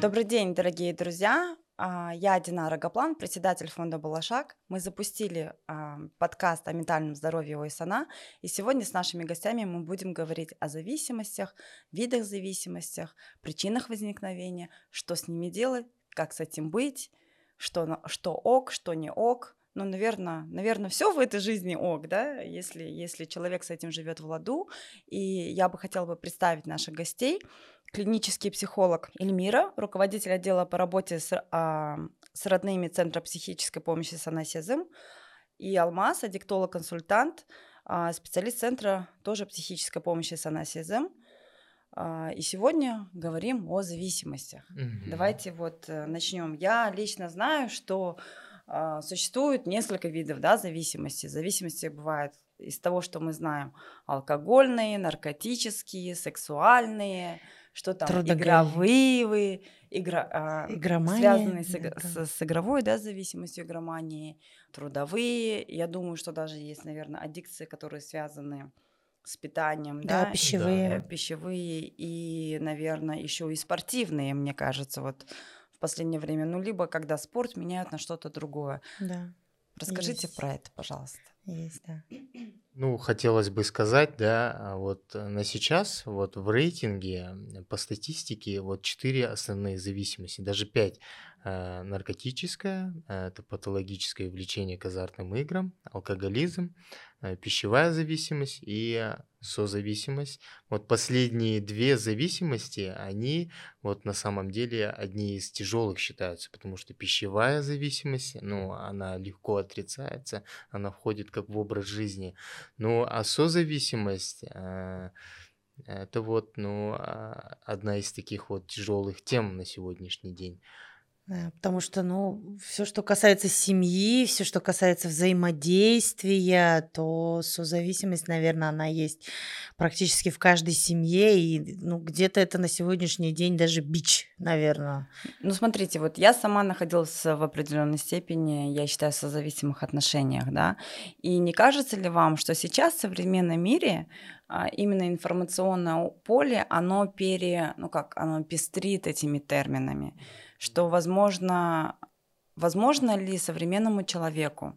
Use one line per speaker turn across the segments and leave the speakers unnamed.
Добрый день, дорогие друзья. Я Динара Гаплан, председатель фонда «Балашак». Мы запустили подкаст о ментальном здоровье ОСНА, и сегодня с нашими гостями мы будем говорить о зависимостях, видах зависимостях, причинах возникновения, что с ними делать, как с этим быть, что ок, что не ок. Ну, наверное, все в этой жизни ок, да, если человек с этим живет в ладу. И я бы хотела представить наших гостей. Клинический психолог Эльмира, руководитель отдела по работе с родными Центра психической помощи Санасизм, и Алмаз, аддиктолог-консультант, специалист Центра тоже психической помощи Санасизм. И сегодня говорим о зависимостях. Давайте начнем. Я лично знаю, что существует несколько видов зависимости. Зависимости бывают из того, что мы знаем: алкогольные, наркотические, сексуальные, что там, игровые, связанные с игровой зависимостью, игроманией, трудовые. Я думаю, что даже есть, наверное, аддикции, которые связаны с питанием, пищевые и, наверное, еще и спортивные, мне кажется, вот в последнее время. Ну, либо когда спорт меняют на что-то другое.
Да.
Расскажите про это, пожалуйста.
Есть, да.
Ну, хотелось бы сказать, вот на сейчас, вот в рейтинге по статистике, вот 4 основные зависимости, даже 5. Наркотическая, это патологическое влечение к азартным играм, алкоголизм, пищевая зависимость и созависимость. Вот последние 2 зависимости, они вот на самом деле одни из тяжелых считаются, потому что пищевая зависимость, она легко отрицается, она входит как в образ жизни. Ну, а созависимость это одна из таких вот тяжелых тем на сегодняшний день.
Да, потому что, все, что касается семьи, все, что касается взаимодействия, то созависимость, наверное, она есть практически в каждой семье, и где-то это на сегодняшний день даже бич, наверное.
Ну, смотрите, вот я сама находилась в определенной степени, я считаю, в созависимых отношениях, да, и не кажется ли вам, что сейчас в современном мире именно информационное поле, оно пестрит этими терминами, что возможно ли современному человеку,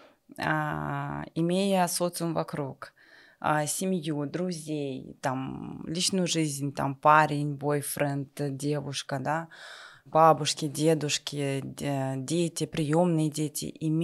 имея социум вокруг, семью, друзей, там, личную жизнь, там, парень, бойфренд, девушка, да, бабушки, дедушки, дети, приемные дети,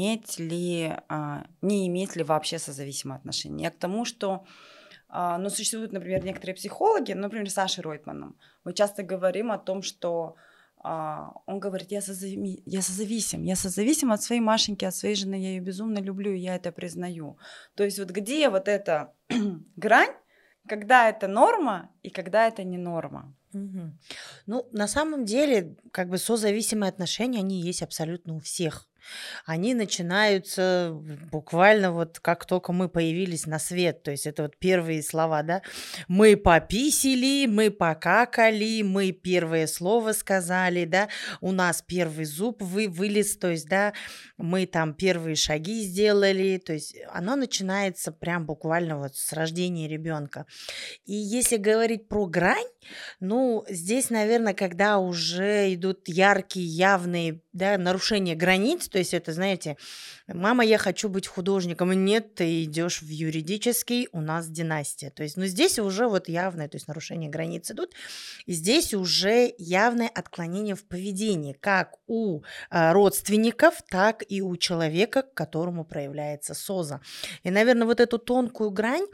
не иметь ли вообще созависимые отношения. Я к тому, что существуют, например, некоторые психологи, например, Саша Ройтманом. Мы часто говорим о том, что он говорит: я созависим от своей Машеньки, от своей жены, я ее безумно люблю, и я это признаю. То есть вот где вот эта грань, когда это норма и когда это не норма?
Угу. На самом деле, созависимые отношения, они есть абсолютно у всех. Они начинаются буквально вот как только мы появились на свет. То есть это вот первые слова, да. Мы пописили, мы покакали, мы первое слово сказали, да. У нас первый зуб вылез, то есть, да, мы там первые шаги сделали. То есть оно начинается прям буквально вот с рождения ребенка. И если говорить про грань, здесь, наверное, когда уже идут яркие, явные, да, нарушения границ, то есть это, знаете, мама, я хочу быть художником, нет, ты идешь в юридический, у нас династия. То есть, здесь уже вот явное, то есть нарушения границ идут, и здесь уже явное отклонение в поведении, как у родственников, так и у человека, к которому проявляется соза. И, наверное, вот эту тонкую грань,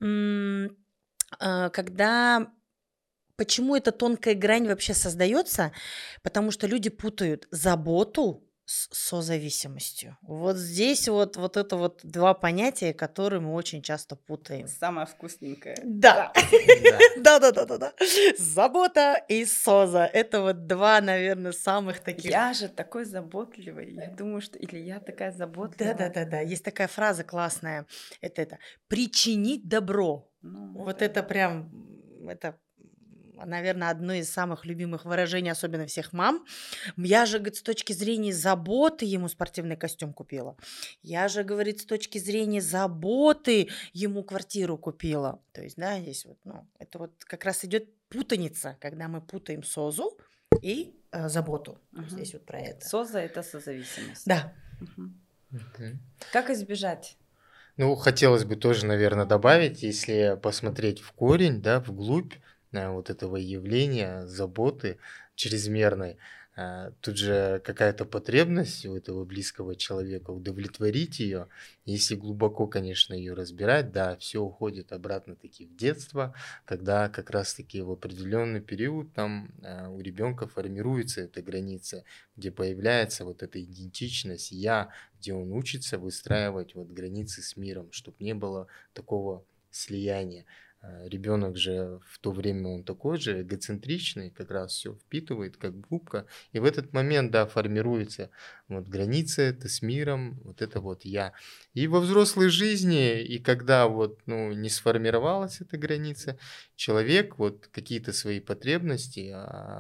Почему эта тонкая грань вообще создается? Потому что люди путают заботу с созависимостью. Вот здесь вот это вот 2 понятия, которые мы очень часто путаем.
Самое вкусненькое.
Да. Да. Забота и соза. Это вот 2, наверное, самых таких.
Я же такой заботливый. Я думаю, что или я такая заботливая.
Да. Есть такая фраза классная. Это причинить добро. Вот это прям, это, наверное, одно из самых любимых выражений, особенно всех мам. Я же, говорит, с точки зрения заботы ему спортивный костюм купила. Я же, говорит, с точки зрения заботы ему квартиру купила. То есть, да, здесь вот, это вот как раз идет путаница, когда мы путаем созу и заботу.
Мгм.
Здесь вот про это.
Соза — это созависимость.
Да.
Мгм.
Мгм.
Как избежать?
Ну, хотелось бы тоже, наверное, добавить, если посмотреть в корень, да, вглубь вот этого явления заботы чрезмерной, тут же какая-то потребность у этого близкого человека удовлетворить ее. Если глубоко, конечно, ее разбирать, да, все уходит обратно-таки в детство, когда как раз-таки в определенный период там у ребенка формируется эта граница, где появляется вот эта идентичность «я», где он учится выстраивать вот границы с миром, чтобы не было такого слияния. Ребенок же в то время он такой же эгоцентричный, как раз все впитывает, как губка. И в этот момент, да, формируется вот граница это с миром, вот это вот я. И во взрослой жизни, и когда вот, ну, не сформировалась эта граница, человек вот какие-то свои потребности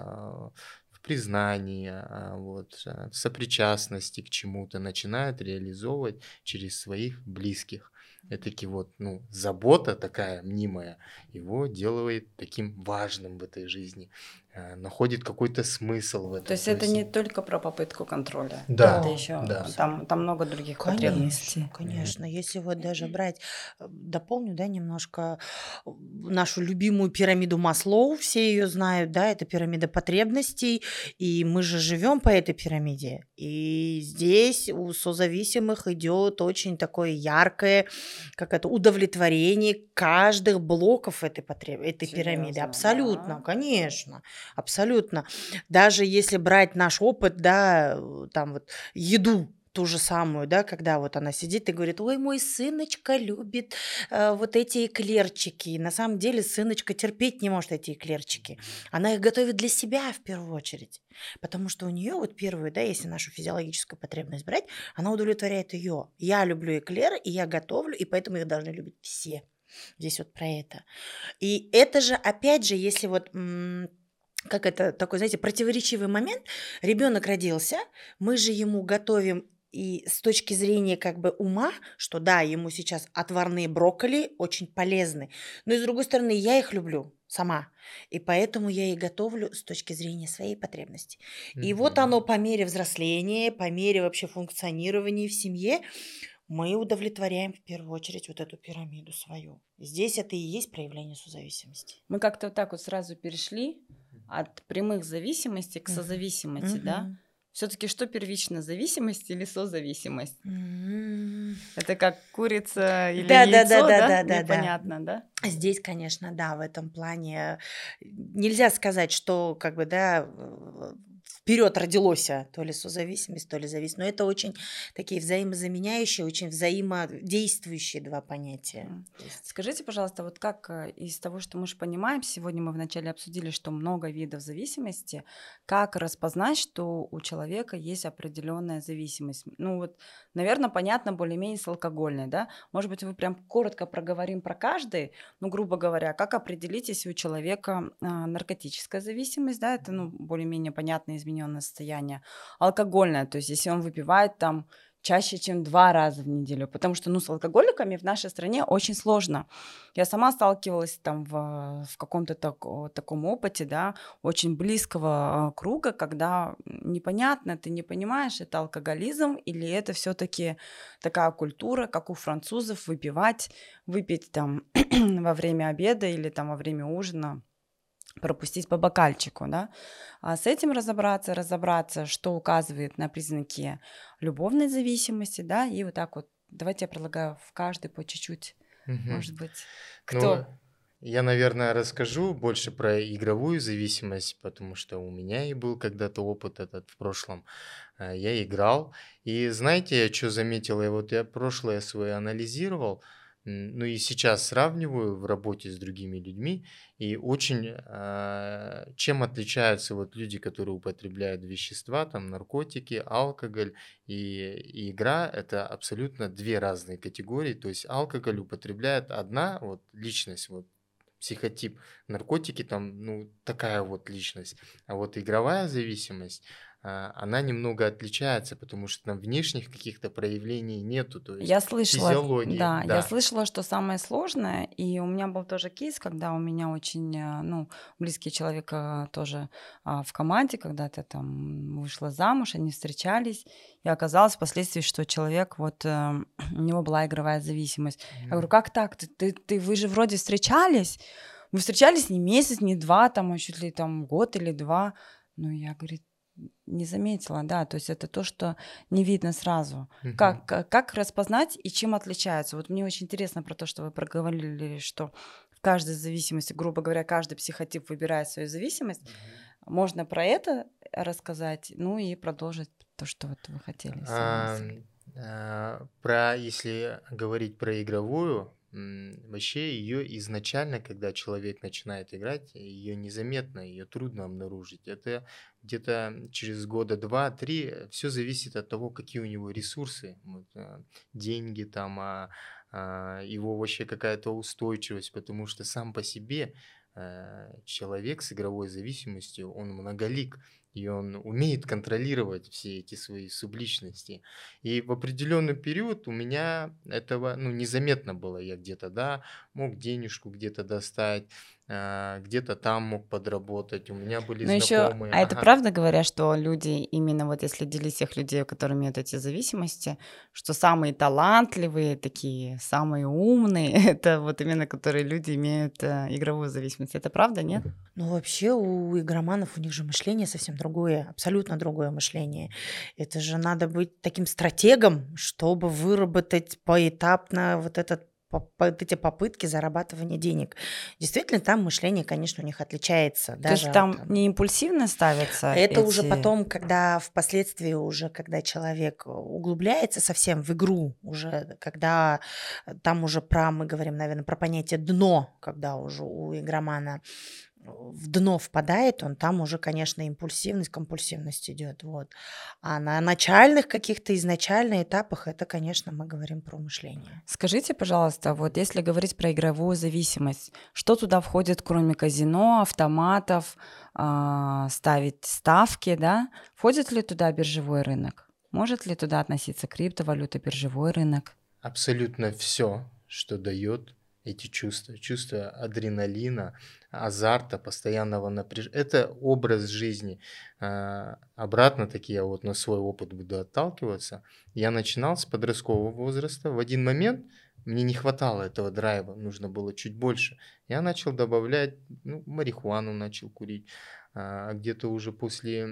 в признании, в сопричастности к чему-то начинает реализовывать через своих близких. Это-таки вот, ну, забота такая мнимая его делает таким важным в этой жизни, находит какой-то смысл в
То
этом.
есть это не только про попытку контроля,
Да,
это
Да,
еще
да.
там много других потребностей.
Конечно, конечно. Если вот даже брать, дополню, да, немножко нашу любимую пирамиду Маслоу, все ее знают, да, это пирамида потребностей, и мы же живем по этой пирамиде. И здесь у созависимых идет очень такое яркое, как это, удовлетворение каждых блоков этой пирамиды.
Серьезно,
Абсолютно,
да.
конечно, абсолютно. Даже если брать наш опыт, да, там вот еду ту же самую, да, когда вот она сидит и говорит: ой, мой сыночка любит вот эти эклерчики. И на самом деле сыночка терпеть не может эти эклерчики. Она их готовит для себя в первую очередь. Потому что у нее вот первую, да, если нашу физиологическую потребность брать, она удовлетворяет ее. Я люблю эклеры, и я готовлю, и поэтому их должны любить все. Здесь вот про это. И это же, опять же, если вот как это такой, знаете, противоречивый момент. Ребенок родился, мы же ему готовим и с точки зрения как бы ума, что да, ему сейчас отварные брокколи очень полезны, но и с другой стороны, я их люблю сама, и поэтому я и готовлю с точки зрения своей потребности. И вот
Мгм.
оно по мере взросления, по мере вообще функционирования в семье, мы удовлетворяем в первую очередь вот эту пирамиду свою. Здесь это и есть проявление созависимости.
Мы как-то вот так вот сразу перешли от прямых зависимостей к созависимости, да?
Мгм.
Все-таки что первично, зависимость или созависимость?
М.
Это как курица или
Да, да, да,
яйцо,
да,
да?
да, да, да.
Непонятно, да?
Здесь, конечно, да, в этом плане нельзя сказать, что как бы, да, вперед родилось то ли созависимость, то ли зависимость. Но это очень такие взаимозаменяющие, очень взаимодействующие два понятия.
М.
То есть,
Скажите, пожалуйста, вот как из того, что мы же понимаем, сегодня мы вначале обсудили, что много видов зависимости, как распознать, что у человека есть определенная зависимость? Ну вот, наверное, понятно более-менее с алкогольной, да? Может быть, мы прям коротко проговорим про каждый, ну, грубо говоря, как определить, если у человека наркотическая зависимость, да, это, ну, более-менее понятное измененное состояние, алкогольная, то есть если он выпивает там чаще, чем 2 раза в неделю, потому что, ну, с алкоголиками в нашей стране очень сложно. Я сама сталкивалась там в каком-то таком опыте, да, очень близкого круга, когда непонятно, ты не понимаешь, это алкоголизм или это все-таки такая культура, как у французов, выпить там во время обеда или там во время ужина, пропустить по бокальчику, да. А с этим разобраться, что указывает на признаки любовной зависимости, да, и вот так вот. Давайте я предлагаю в каждый по чуть-чуть,
Мгм.
может быть.
Ну,
Кто?
я, наверное, расскажу больше про игровую зависимость, потому что у меня и был когда-то опыт этот в прошлом. Я играл. И знаете, я что заметил? Я прошлое свое анализировал, ну и сейчас сравниваю в работе с другими людьми. И очень, чем отличаются вот люди, которые употребляют вещества, там наркотики, алкоголь и игра, это абсолютно две разные категории. То есть алкоголь употребляет одна вот личность, вот психотип, наркотики там, ну, такая вот личность. А вот игровая зависимость, она немного отличается, потому что там внешних каких-то проявлений нету, то есть
Я слышала,
физиологии,
да, я
да.
слышала, что самое сложное, и у меня был тоже кейс, когда у меня очень, ну, близкий человек тоже в команде, когда-то там вышла замуж, они встречались, и оказалось впоследствии, что человек, вот у него была игровая зависимость. Я говорю, как так? Вы же вроде встречались, вы встречались не месяц, не два, там, а чуть ли там год или два. Ну, я, говорит, не заметила, да, то есть это то, что не видно сразу.
Мгм.
Как распознать и чем отличаются? Вот мне очень интересно про то, что вы проговорили, что в каждой зависимости, грубо говоря, каждый психотип выбирает свою зависимость. Можно про это рассказать, ну и продолжить то, что вот вы хотели сказать.
Если говорить про игровую, вообще ее изначально, когда человек начинает играть, ее незаметно, ее трудно обнаружить. Это где-то через года 2-3 все зависит от того, какие у него ресурсы, вот, деньги там, его вообще какая-то устойчивость, потому что сам по себе человек с игровой зависимостью, он многолик, и он умеет контролировать все эти свои субличности. И в определенный период у меня этого, незаметно было. Я где-то, да, мог денежку где-то достать, где-то там мог подработать. У меня были
Ну еще,
знакомые.
это
Ага.
правда говорят, что люди, именно вот если делить всех людей, которые имеют эти зависимости, что самые талантливые такие, самые умные, это вот именно которые люди имеют игровую зависимость. Это правда, нет?
Ну, вообще у игроманов, у них же мышление совсем другое, абсолютно другое мышление. Это же надо быть таким стратегом, чтобы выработать поэтапно вот эти попытки зарабатывания денег. Действительно, там мышление, конечно, у них отличается.
То
Даже
есть там не импульсивно ставятся
это уже
эти...
потом, когда впоследствии уже, когда человек углубляется совсем в игру, уже когда там уже мы говорим, наверное, про понятие дно, когда уже у игромана в дно впадает, он там уже, конечно, импульсивность, компульсивность идет. Вот. А на начальных каких-то изначальных этапах это, конечно, мы говорим про мышление.
Скажите, пожалуйста, вот если говорить про игровую зависимость, что туда входит, кроме казино, автоматов, ставить ставки, да? Входит ли туда биржевой рынок? Может ли туда относиться криптовалюта, биржевой рынок?
Абсолютно все, что дает эти чувства. Чувство адреналина, азарта, постоянного напряжения. Это образ жизни. Обратно-таки я вот на свой опыт буду отталкиваться. Я начинал с подросткового возраста. В один момент мне не хватало этого драйва, нужно было чуть больше. Я начал добавлять, марихуану начал курить. Где-то уже после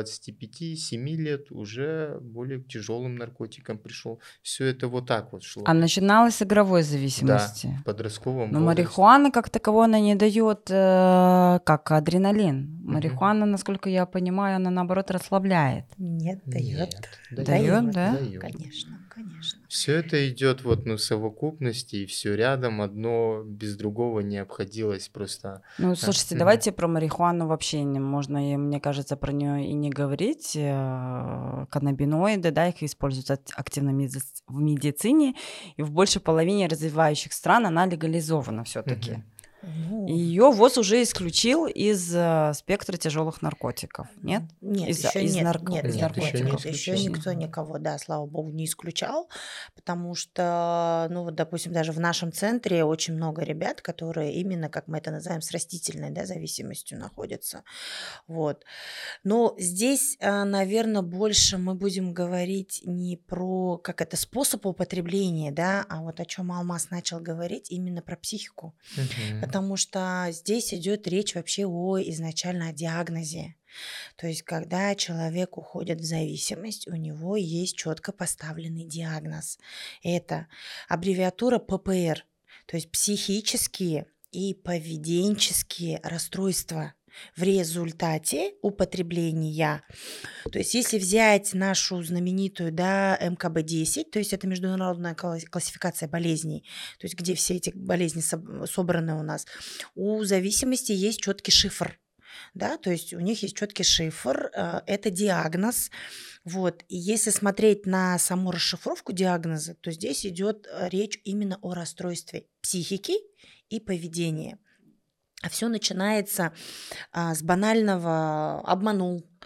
25-7 лет уже более к тяжелым наркотикам пришел. Все это вот так вот шло.
А начиналось с игровой
Да,
зависимости.
в подростковом
Но
возрасте.
марихуана как таковой она не дает как адреналин. Марихуана, насколько я понимаю, она наоборот расслабляет.
Нет, дает.
Даёт, да?
Даёт.
Конечно, конечно.
Все это идет вот в совокупности, и все рядом, одно без другого не обходилось просто.
Ну, слушайте,
Мгм.
давайте про марихуану вообще не можно, и, мне кажется, про нее и не говорить. Каннабиноиды, да, их используют активно в медицине, и в большей половине развивающих стран она легализована все-таки.
Мгм.
Ну,
И ее ВОЗ уже исключил из спектра тяжелых наркотиков, нет?
Нет,
Из-
еще
из
нет,
нарко-
нет,
из
нет,
ещё не
нет,
наркотиков.
еще
исключил.
никто никого, да, слава богу, не исключал, потому что, ну вот, допустим, даже в нашем центре очень много ребят, которые именно, как мы это называем, с растительной, да, зависимостью находятся, вот. Но здесь, наверное, больше мы будем говорить не про, как это, способ употребления, да, а вот о чем Алмаз начал говорить, именно про психику.
Мгм.
Потому что здесь идет речь вообще изначально о диагнозе. То есть, когда человек уходит в зависимость, у него есть четко поставленный диагноз. Это аббревиатура ППР, то есть психические и поведенческие расстройства в результате употребления. То есть, если взять нашу знаменитую, да, МКБ-10, то есть это международная классификация болезней, то есть где все эти болезни собраны у нас, у зависимости есть четкий шифр. Да, то есть у них есть четкий шифр, это диагноз. Вот. И если смотреть на саму расшифровку диагноза, то здесь идет речь именно о расстройстве психики и поведения. А все начинается с банального обманул,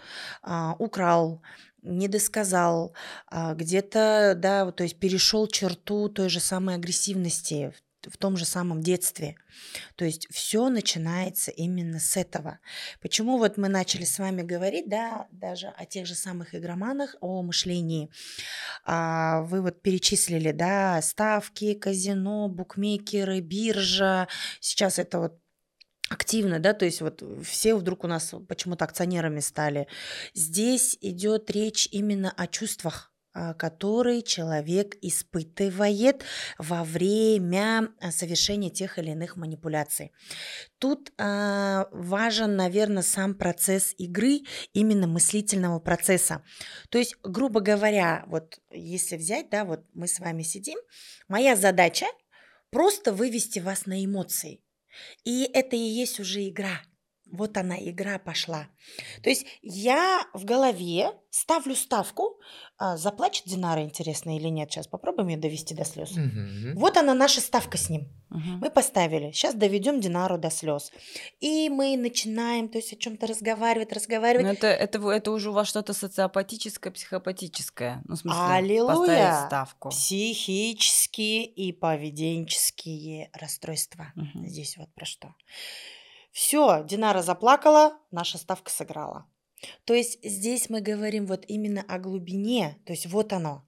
украл, не досказал, где-то, да, вот, то есть перешел черту той же самой агрессивности в том же самом детстве. То есть все начинается именно с этого. Почему вот мы начали с вами говорить, да, даже о тех же самых игроманах, о мышлении. Вы вот перечислили, да, ставки, казино, букмекеры, биржа. Сейчас это вот активно, да, то есть вот все вдруг у нас почему-то акционерами стали. Здесь идет речь именно о чувствах, которые человек испытывает во время совершения тех или иных манипуляций. Тут важен, наверное, сам процесс игры, именно мыслительного процесса. То есть, грубо говоря, вот если взять, да, вот мы с вами сидим, моя задача просто вывести вас на эмоции. И это и есть уже игра. Вот она, игра пошла. То есть я в голове ставлю ставку, заплачет Динара, интересно или нет. Сейчас попробуем ее довести до слез.
Мгм.
Вот она, наша ставка с ним.
Мгм.
Мы поставили. Сейчас доведем Динару до слез. И мы начинаем, то есть о чем-то разговаривать.
Ну, это уже у вас что-то социопатическое, психопатическое. Ну, в смысле, поставить
Аллилуйя!
ставку.
Психические и поведенческие расстройства.
Мгм.
Здесь вот про что. Все, Динара заплакала, наша ставка сыграла. То есть здесь мы говорим вот именно о глубине, то есть вот оно,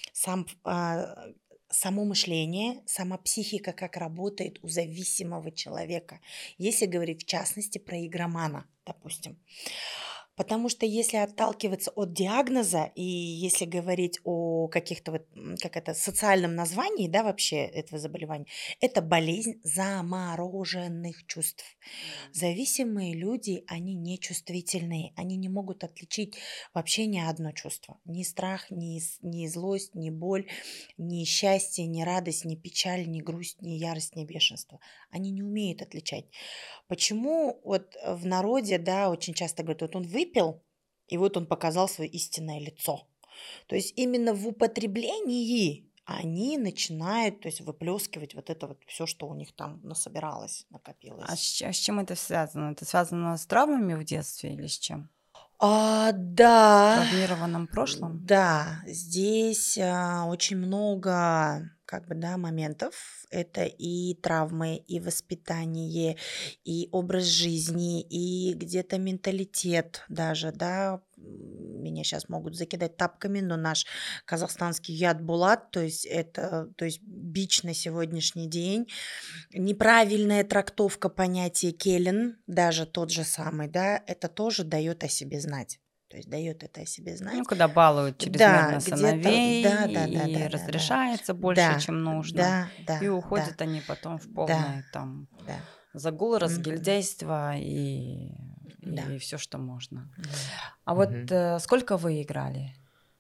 само мышление, сама психика, как работает у зависимого человека. Если говорить в частности про игромана, допустим. Потому что если отталкиваться от диагноза и если говорить о каких-то вот, как это, социальном названии, да, вообще этого заболевания, это болезнь замороженных чувств. Зависимые люди, они нечувствительные, они не могут отличить вообще ни одно чувство. Ни страх, ни злость, ни боль, ни счастье, ни радость, ни печаль, ни грусть, ни ярость, ни бешенство. Они не умеют отличать. Почему вот в народе, да, очень часто говорят, вот он выпил, и вот он показал свое истинное лицо. То есть именно в употреблении они начинают, то есть выплескивать вот это вот все, что у них там насобиралось,
А
накопилось.
с чем это связано? Это связано с травмами в детстве или с чем?
Да,
Травмированным прошлым?
да, здесь очень много, как бы, да, моментов. Это и травмы, и воспитание, и образ жизни, и где-то менталитет даже, да. Меня сейчас могут закидать тапками, но наш казахстанский яд булат, то есть это, то есть бич на сегодняшний день, неправильная трактовка понятия келен, даже тот же самый, да, это тоже дает о себе знать. То есть дает это о себе знать.
Ну, когда балуют
Да,
чрезмерно
где-то,
сыновей,
да,
и разрешается больше,
да,
чем нужно,
да,
и
да,
уходят они потом в
да,
полное там
да.
загул,
Мгм.
разгильдяйство
Да.
и все, что можно.
Мгм.
А вот
Мгм.
сколько вы играли?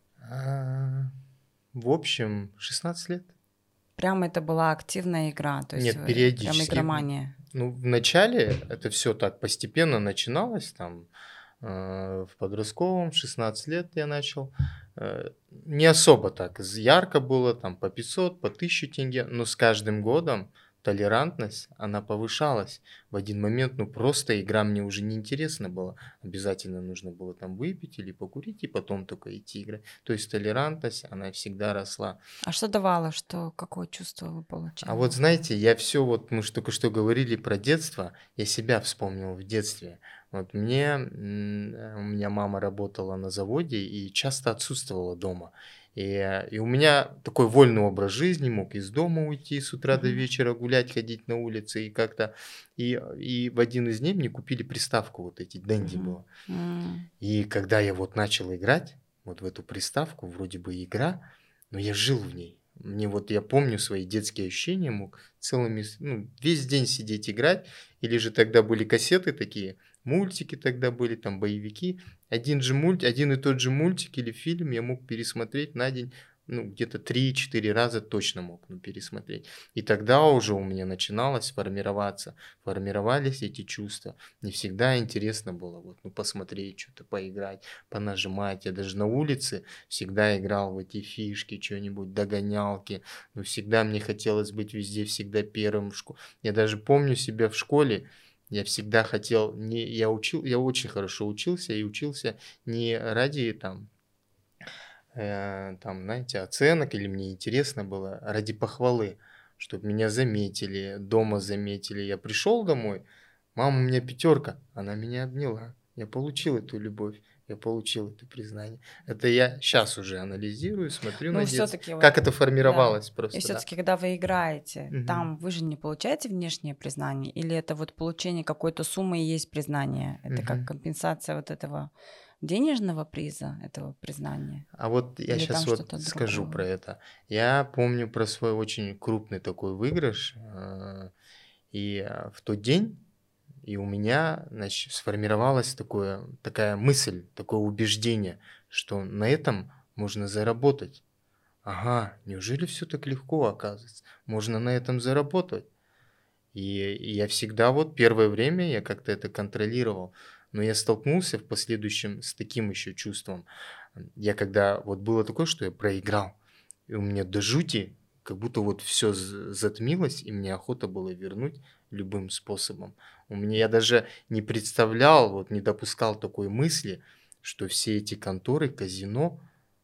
В общем, 16 лет.
Прям это была активная игра, то есть
Нет,
прям
периодически.
игромания.
Ну, в начале это все так постепенно начиналось, там, в подростковом, 16 лет я начал. Не особо так ярко было, там, по 500, по 1000 тенге, но с каждым годом толерантность, она повышалась. В один момент, ну, просто игра мне уже не интересна была. Обязательно нужно было там выпить или покурить, и потом только идти играть. То есть толерантность, она всегда росла.
А что давало, какое чувство вы
А
получали?
вот знаете, я все вот, мы же только что говорили про детство, я себя вспомнил в детстве. Вот у меня мама работала на заводе и часто отсутствовала дома. И у меня такой вольный образ жизни, мог из дома уйти с утра до
Мгм.
вечера, гулять, ходить на улице и как-то. И в один из дней мне купили приставку, вот эти, Дэнди
Мгм.
было.
М.
И когда я вот начал играть, вот в эту приставку, вроде бы игра, но я жил в ней. Мне вот, я помню свои детские ощущения, мог ну, весь день сидеть играть, или же тогда были кассеты такие, мультики тогда были, там боевики. Один и тот же мультик или фильм я мог пересмотреть на день, ну, где-то 3-4 раза точно мог, ну, пересмотреть. И тогда уже у меня начиналось формировались эти чувства. Не всегда интересно было вот, ну, посмотреть, что-то поиграть, понажимать. Я даже на улице всегда играл в эти фишки, что-нибудь, догонялки. Но всегда мне хотелось быть везде, всегда первым в школе. Я даже помню себя в школе, Я всегда хотел, я очень хорошо учился и учился не ради знаете, оценок или мне интересно было, а ради похвалы, чтобы меня заметили, дома заметили. Я пришел домой, мама у меня 5, она меня обняла. Я получил эту любовь, я получил это признание. Это я сейчас уже анализирую, смотрю
Ну,
на детство,
все-таки вот,
как это
да.
формировалось
И
просто, да.
все-таки, когда вы играете,
Мгм.
там вы же не получаете внешнее признание, или это вот получение какой-то суммы и есть признание? Это как
Мгм.
компенсация вот этого денежного приза, этого признания?
А вот я
Или там
сейчас вот
что-то
скажу про
другое?
это. Я помню про свой очень крупный такой выигрыш, в тот день и у меня, значит, сформировалась такая мысль, такое убеждение, что на этом можно заработать. Ага, неужели все так легко оказывается? Можно на этом заработать. И я всегда вот первое время я как-то это контролировал, но я столкнулся в последующем с таким еще чувством. Я когда вот было такое, что я проиграл, и у меня до жути, как будто вот все затмилось, и мне охота было вернуть любым способом. Я даже не представлял, вот не допускал такой мысли, что все эти конторы, казино,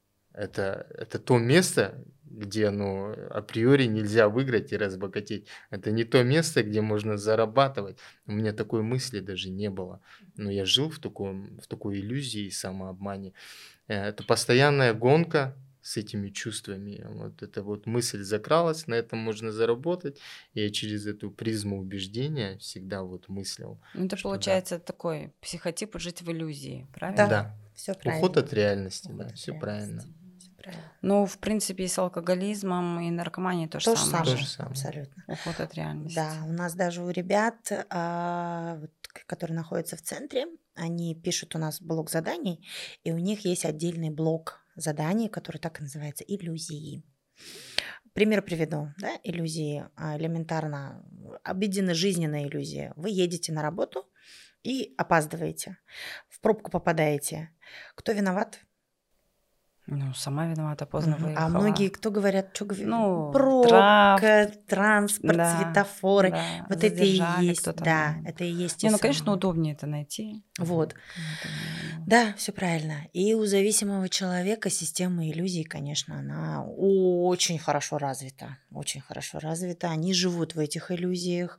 это то место, где, ну, априори нельзя выиграть и разбогатеть. Это не то место, где можно зарабатывать. У меня такой мысли даже не было. Но я жил в такой иллюзии и самообмане. Это постоянная гонка с этими чувствами. Вот эта вот мысль закралась, на этом можно заработать. И я через эту призму убеждения всегда вот мыслил,
Ну, это
что да.
получается такой психотип жить в иллюзии, правильно?
Да,
Да.
все
Уход
правильно.
от реальности,
Уход
да,
от
все правильно.
реальности. Всё правильно.
Ну, в принципе, и с алкоголизмом, и наркоманией то же
То же
самое
То же
же.
самое,
самое.
абсолютно.
Уход от реальности.
Да, у нас даже у ребят, вот, которые находятся в центре, они пишут у нас блок заданий, и у них есть отдельный блок заданий, который так и называется иллюзии. Пример приведу, да, иллюзии элементарно, обыденно жизненная иллюзия. Вы едете на работу и опаздываете, в пробку попадаете. Кто виноват?
Ну, сама виновата, поздно
А многие,
выехала.
кто говорят, что
Ну,
пробка, транспорт,
да,
светофоры,
да,
вот это и
задержали
есть,
кто-то,
да,
да.
это и есть те
Не, ну, конечно,
самые.
удобнее это найти,
Вот,
кому-то виновного.
да, все правильно. И у зависимого человека система иллюзий, конечно, она очень хорошо развита, очень хорошо развита. Они живут в этих иллюзиях,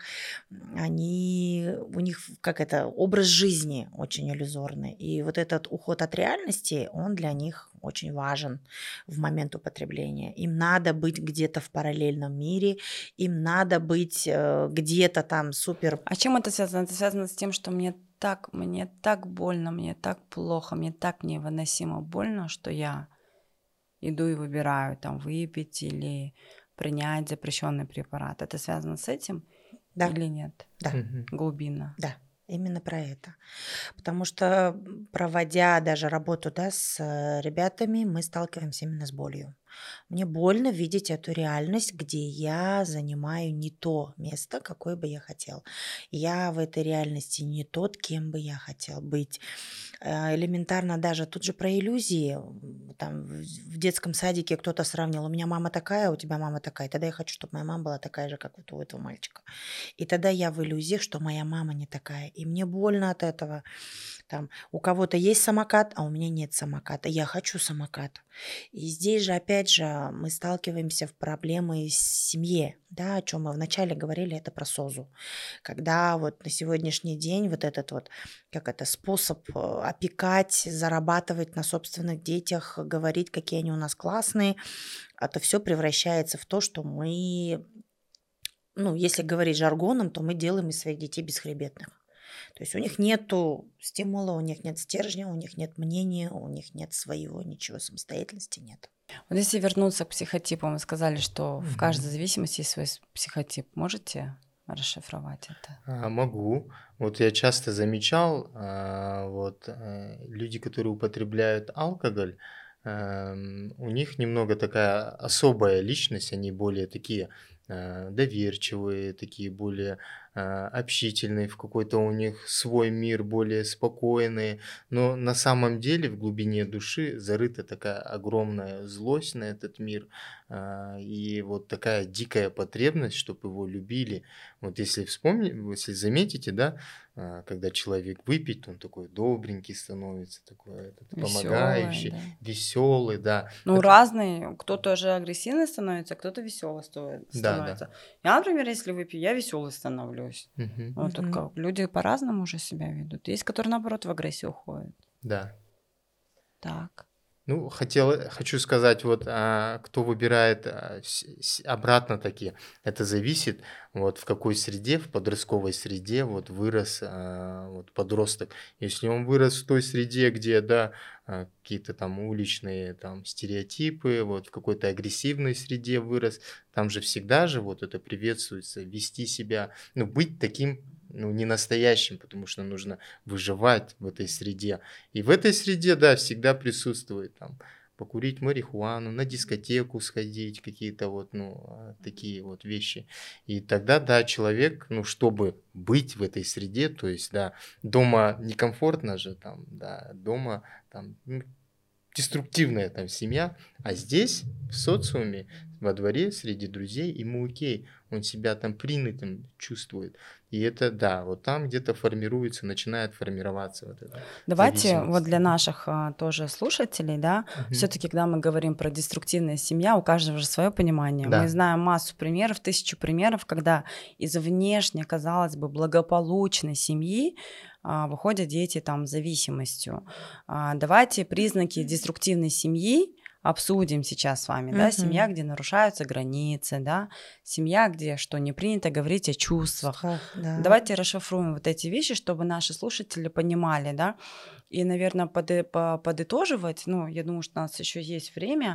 у них, как это, образ жизни очень иллюзорный. И вот этот уход от реальности, он для них очень важен в момент употребления. Им надо быть где-то в параллельном мире, им надо быть где-то там супер.
А чем это связано? Это связано с тем, что мне так больно, мне так плохо, мне так невыносимо больно, что я иду и выбираю там выпить или принять запрещенный препарат. Это связано с этим
Да,
или нет?
да,
Мгм.
Глубинно.
да. Именно про это. Потому что, проводя даже работу, да, с ребятами, мы сталкиваемся именно с болью. Мне больно видеть эту реальность, где я занимаю не то место, какое бы я хотел. Я в этой реальности не тот, кем бы я хотел быть. Элементарно даже тут же про иллюзии. Там в детском садике кто-то сравнил: у меня мама такая, у тебя мама такая. Тогда я хочу, чтобы моя мама была такая же, как вот у этого мальчика. И тогда я в иллюзиях, что моя мама не такая. И мне больно от этого. Там у кого-то есть самокат, а у меня нет самоката. Я хочу самокат. И здесь же, опять же, мы сталкиваемся в проблемы в семье, да, о чем мы вначале говорили, это про СОЗу. Когда вот на сегодняшний день вот этот вот, как это, способ опекать, зарабатывать на собственных детях, говорить, какие они у нас классные, это все превращается в то, что мы, ну, если говорить жаргоном, то мы делаем из своих детей бесхребетных. То есть у них нету стимула, у них нет стержня, у них нет мнения, у них нет своего, ничего, самостоятельности нет.
Вот если вернуться к психотипам, вы сказали, что в
Мгм.
каждой зависимости есть свой психотип. Можете расшифровать это?
Могу. Вот я часто замечал, люди, которые употребляют алкоголь, у них немного такая особая личность, они более такие доверчивые, такие более общительные, в какой-то у них свой мир, более спокойные. Но на самом деле в глубине души зарыта такая огромная злость на этот мир, и вот такая дикая потребность, чтобы его любили. Вот если вспомнить, если заметите, да, когда человек выпьет, он такой добренький становится, такой
Веселая,
помогающий,
да.
веселый, да.
Ну,
Это,
разные. Кто-то же агрессивный становится, кто-то веселый
да,
становится.
да.
Я, например, если выпью, я веселый становлюсь.
Мгм.
Вот так
Мгм.
как люди по-разному уже себя ведут. Есть, которые, наоборот, в агрессию уходят.
Да.
Так.
Ну, хочу сказать, вот кто выбирает обратно-таки, это зависит, вот в какой среде, в подростковой среде вот вырос вот подросток. Если он вырос в той среде, где, да, какие-то там уличные там стереотипы, вот в какой-то агрессивной среде вырос, там же всегда же вот это приветствуется, вести себя, ну, быть таким, ну, не настоящим, потому что нужно выживать в этой среде. И в этой среде, да, всегда присутствует там покурить марихуану, на дискотеку сходить, какие-то вот, ну, такие вот вещи. И тогда, да, человек, ну, чтобы быть в этой среде, то есть, да, дома некомфортно же там, да, дома там, ну, деструктивная там семья, а здесь, в социуме, во дворе, среди друзей, ему окей, он себя там принятым чувствует. И это, да, вот там где-то формируется, начинает формироваться вот эта
Давайте вот
зависимость.
для наших тоже слушателей, да,
Мгм.
все-таки, когда мы говорим про деструктивная семья, у каждого же свое понимание. Мы
Да,
знаем массу примеров, 1000 примеров, когда из внешне, казалось бы, благополучной семьи выходят дети там с зависимостью. Давайте признаки деструктивной семьи обсудим сейчас с вами, да, семья,
Мгм.
где нарушаются границы, да, семья, где что не принято говорить о чувствах.
Страх, да.
Давайте расшифруем вот эти вещи, чтобы наши слушатели понимали, да, и, наверное, подытоживать, ну, я думаю, что у нас еще есть время.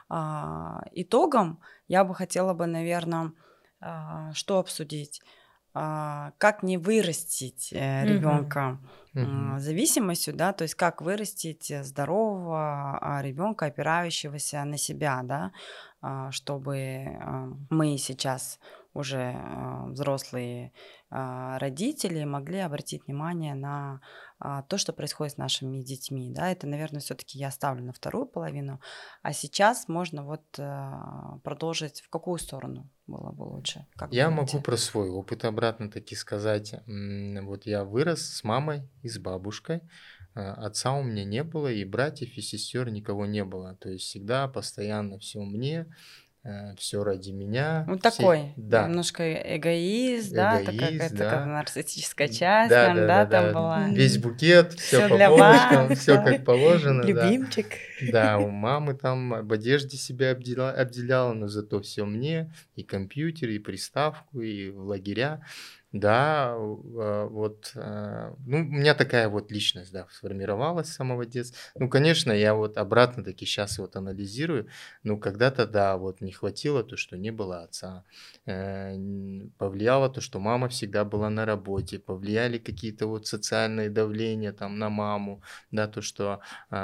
Итогом я бы хотела бы, наверное, что обсудить? Как не вырастить
Мгм.
ребенка
мгм,
зависимостью, да, то есть как вырастить здорового ребенка, опирающегося на себя, да, чтобы мы сейчас уже взрослые родители могли обратить внимание на то, что происходит с нашими детьми, да, это, наверное, все-таки я оставлю на вторую половину, а сейчас можно вот продолжить, в какую сторону было бы лучше, как
Я могу
думаете?
про свой опыт обратно таки сказать. Вот я вырос с мамой и с бабушкой. Отца у меня не было, и братьев, и сестер никого не было. То есть всегда, постоянно все мне, все ради меня.
Вот
Все,
такой
да,
немножко эгоист, да, такая
эгоист,
какая-то
да.
нарциссическая часть,
Да,
наверное,
да,
да,
да,
там
да.
была.
Весь
Мгм.
букет, все
Все
по
для
полочкам,
вас,
все
да.
как положено, да.
Любимчик.
Да, у мамы там об одежде себя обделяла, но зато все мне, и компьютер, и приставку, и в лагеря. Да, вот, ну, у меня такая вот личность, да, сформировалась с самого детства. Ну, конечно, я вот обратно-таки сейчас вот анализирую, ну, когда-то, да, вот не хватило то, что не было отца, повлияло то, что мама всегда была на работе, повлияли какие-то вот социальные давления там на маму, да, то, что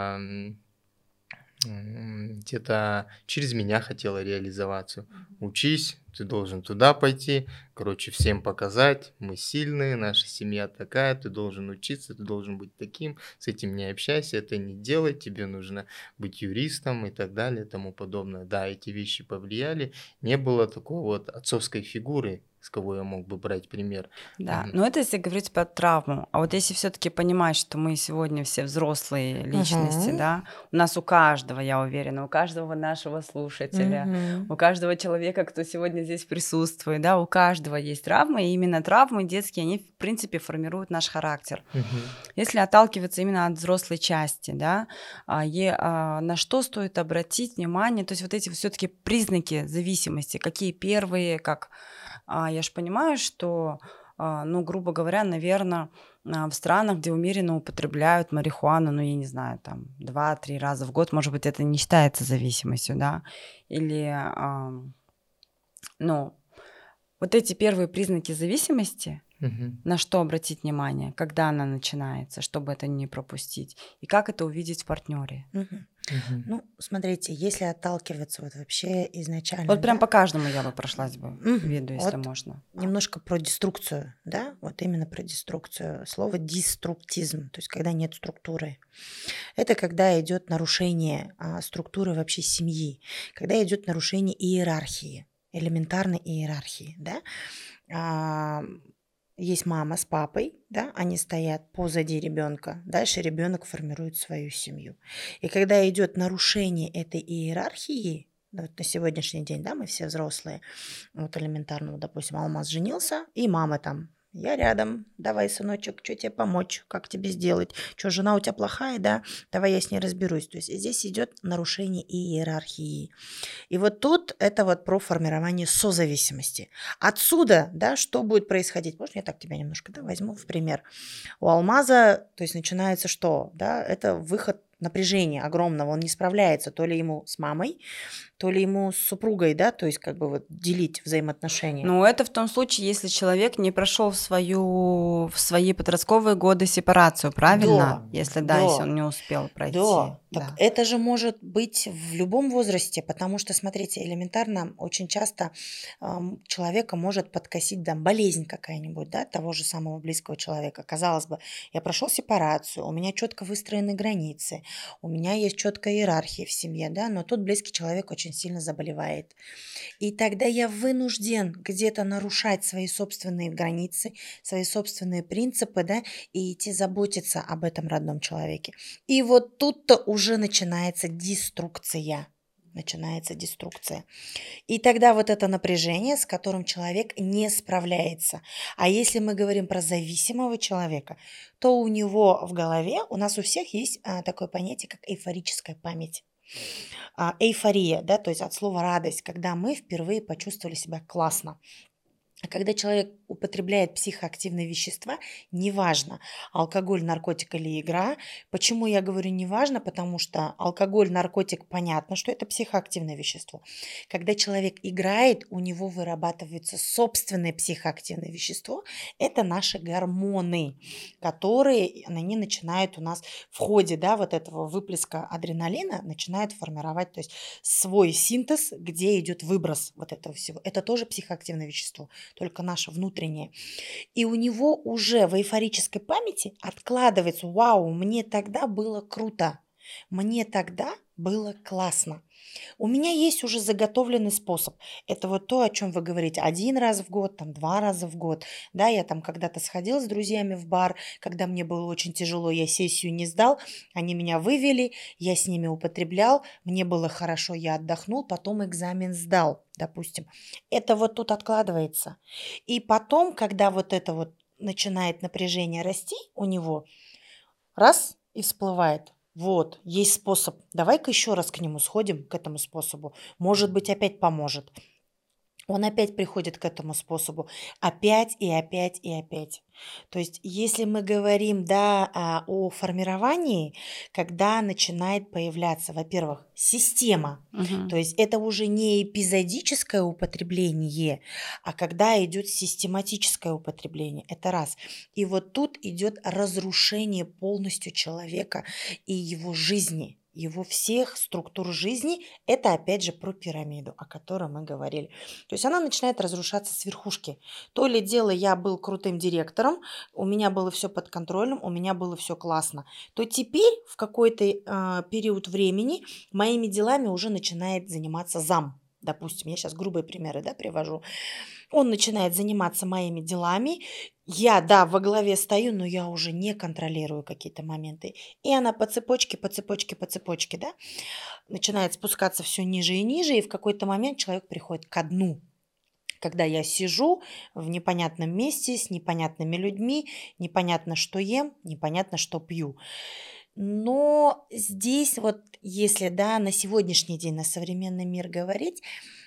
где-то через меня хотела реализоваться. Учись, ты должен туда пойти, короче, всем показать, мы сильные, наша семья такая, ты должен учиться, ты должен быть таким, с этим не общайся, это не делай, тебе нужно быть юристом и так далее, и тому подобное. Да, эти вещи повлияли, не было такой вот отцовской фигуры, с кого я мог бы брать пример.
Да,
Мгм.
но это если говорить про травму. А вот если все-таки понимать, что мы сегодня все взрослые личности,
Мгм.
да, у нас у каждого, я уверена, у каждого нашего слушателя,
Мгм.
у каждого человека, кто сегодня здесь присутствует, да, у каждого есть травмы, и именно травмы детские, они, в принципе, формируют наш характер.
Мгм.
Если отталкиваться именно от взрослой части, да, на что стоит обратить внимание, то есть вот эти все-таки признаки зависимости, какие первые, как я же понимаю, что, ну, грубо говоря, наверное, в странах, где умеренно употребляют марихуану, ну, я не знаю, там 2-3 раза в год, может быть, это не считается зависимостью, да, или, ну, вот эти первые признаки зависимости,
Мгм.
На что обратить внимание, когда она начинается, чтобы это не пропустить, и как это увидеть в партнере.
Мгм.
Мгм.
Ну, смотрите, если отталкиваться вот вообще изначально,
Вот прям
да,
по каждому я бы прошлась бы виду, если
вот
можно.
немножко про деструкцию, да, вот именно про деструкцию. Слово деструктизм, то есть когда нет структуры. Это когда идет нарушение структуры вообще семьи, когда идет нарушение иерархии, элементарной иерархии, да. А, Есть мама с папой, да, они стоят позади ребенка, дальше ребенок формирует свою семью. И когда идет нарушение этой иерархии, ну, вот на сегодняшний день, да, мы все взрослые, вот элементарно, вот, допустим, Алмаз женился, и мама там: я рядом, давай, сыночек, что тебе помочь, как тебе сделать, что жена у тебя плохая, да, давай я с ней разберусь. То есть здесь идет нарушение иерархии. И вот тут это вот про формирование созависимости. Отсюда, да, что будет происходить? Можно я так тебя немножко, да, возьму в пример? У Алмаза, то есть начинается что, да, это выход напряжения огромного, он не справляется, то ли ему с мамой, то ли ему с супругой, да, то есть как бы вот делить взаимоотношения.
Ну, это в том случае, если человек не прошел в свои подростковые годы сепарацию, правильно?
Да,
Если да, если
да.
он не успел пройти,
Да, так
да.
это же может быть в любом возрасте, потому что, смотрите, элементарно очень часто человека может подкосить там болезнь какая-нибудь, да, того же самого близкого человека. Казалось бы, я прошел сепарацию, у меня четко выстроены границы, у меня есть четкая иерархия в семье, да, но тут близкий человек очень сильно заболевает. И тогда я вынужден где-то нарушать свои собственные границы, свои собственные принципы, да, и идти заботиться об этом родном человеке. И вот тут-то уже начинается деструкция. Начинается деструкция. И тогда вот это напряжение, с которым человек не справляется. А если мы говорим про зависимого человека, то у него в голове, у нас у всех есть такое понятие, как эйфорическая память. Эйфория, да, то есть от слова радость, когда мы впервые почувствовали себя классно. А когда человек употребляет психоактивные вещества, неважно, алкоголь, наркотик или игра. Почему я говорю неважно? Потому что алкоголь, наркотик, понятно, что это психоактивное вещество. Когда человек играет, у него вырабатывается собственное психоактивное вещество. Это наши гормоны, которые они начинают у нас в ходе, да, вот этого выплеска адреналина, начинают формировать, то есть свой синтез, где идет выброс вот этого всего. Это тоже психоактивное вещество, только наше внутреннее. И у него уже в эйфорической памяти откладывается: вау, мне тогда было круто, мне тогда было классно. У меня есть уже заготовленный способ. Это вот то, о чем вы говорите. 1 раз в год, там 2 раза в год. Да, я там когда-то сходила с друзьями в бар, когда мне было очень тяжело, я сессию не сдал, они меня вывели, я с ними употреблял, мне было хорошо, я отдохнул, потом экзамен сдал, допустим. Это вот тут откладывается. И потом, когда вот это вот начинает напряжение расти у него, раз и всплывает. Вот, есть способ. Давай-ка еще раз к нему сходим, к этому способу. Может быть, опять поможет. Он опять приходит к этому способу. Опять и опять и опять. То есть, если мы говорим, да, о формировании, когда начинает появляться, во-первых, система, то
Мгм.
есть это уже не эпизодическое употребление, а когда идет систематическое употребление. Это раз. И вот тут идет разрушение полностью человека и его жизни, его всех структур жизни. Это опять же про пирамиду, о которой мы говорили. То есть она начинает разрушаться с верхушки. То ли дело я был крутым директором, у меня было все под контролем, у меня было все классно, то теперь в какой-то период времени моими делами уже начинает заниматься зам. Допустим, я сейчас грубые примеры, да, привожу. Он начинает заниматься моими делами. Я, да, во главе стою, но я уже не контролирую какие-то моменты. И она по цепочке, по цепочке, по цепочке, да, начинает спускаться все ниже и ниже, и в какой-то момент человек приходит ко дну, когда я сижу в непонятном месте с непонятными людьми, непонятно, что ем, непонятно, что пью. Но здесь вот, если, да, на сегодняшний день, на современный мир говорить,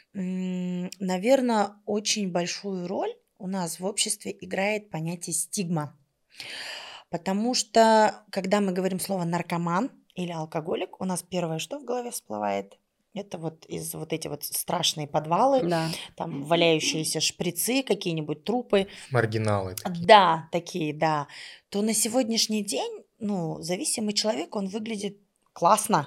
наверное, очень большую роль у нас в обществе играет понятие стигма. Потому что, когда мы говорим слово наркоман или алкоголик, у нас первое, что в голове всплывает? Это вот из вот эти вот страшные подвалы,
Да.
там валяющиеся шприцы, какие-нибудь трупы.
Маргиналы такие.
Да, такие, да. То на сегодняшний день, ну, зависимый человек, он выглядит классно.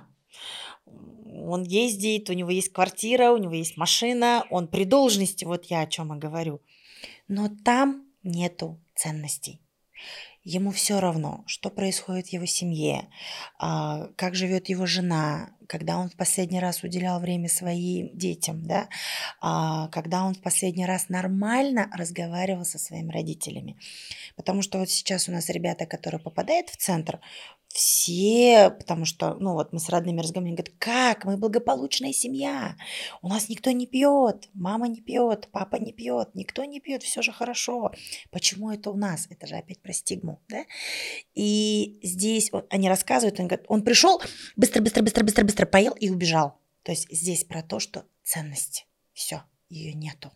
Он ездит, у него есть квартира, у него есть машина, он при должности, вот я о чем и говорю. Но там нету ценностей. Ему все равно, что происходит в его семье, как живет его жена, когда он в последний раз уделял время своим детям, да, когда он в последний раз нормально разговаривал со своими родителями. Потому что вот сейчас у нас ребята, которые попадают в центр, все, потому что, ну вот мы с родными разговариваем, говорят, как, мы благополучная семья, у нас никто не пьет, мама не пьет, папа не пьет, никто не пьет, все же хорошо. Почему это у нас? Это же опять про стигму, да? И здесь вот они рассказывают, они говорят, он пришел, быстро поел и убежал. То есть здесь про то, что ценность, все, ее нету.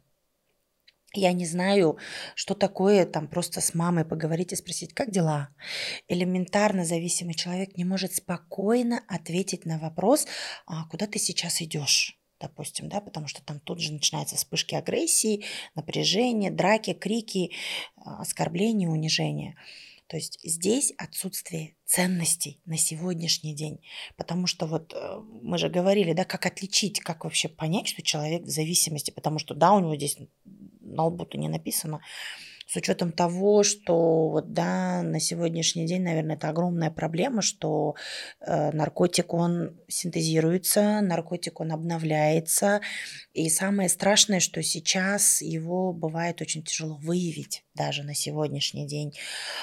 Я не знаю, что такое там просто с мамой поговорить и спросить, как дела. Элементарно зависимый человек не может спокойно ответить на вопрос, куда ты сейчас идешь, допустим, да, потому что там тут же начинаются вспышки агрессии, напряжения, драки, крики, оскорбления, унижения. То есть здесь отсутствие ценностей на сегодняшний день. Потому что вот мы же говорили, да, как отличить, как вообще понять, что человек в зависимости, потому что да, у него здесь на лбу-то не написано, с учетом того, что вот да, на сегодняшний день, наверное, это огромная проблема, что наркотик, он синтезируется, наркотик, он обновляется, и самое страшное, что сейчас его бывает очень тяжело выявить даже на сегодняшний день.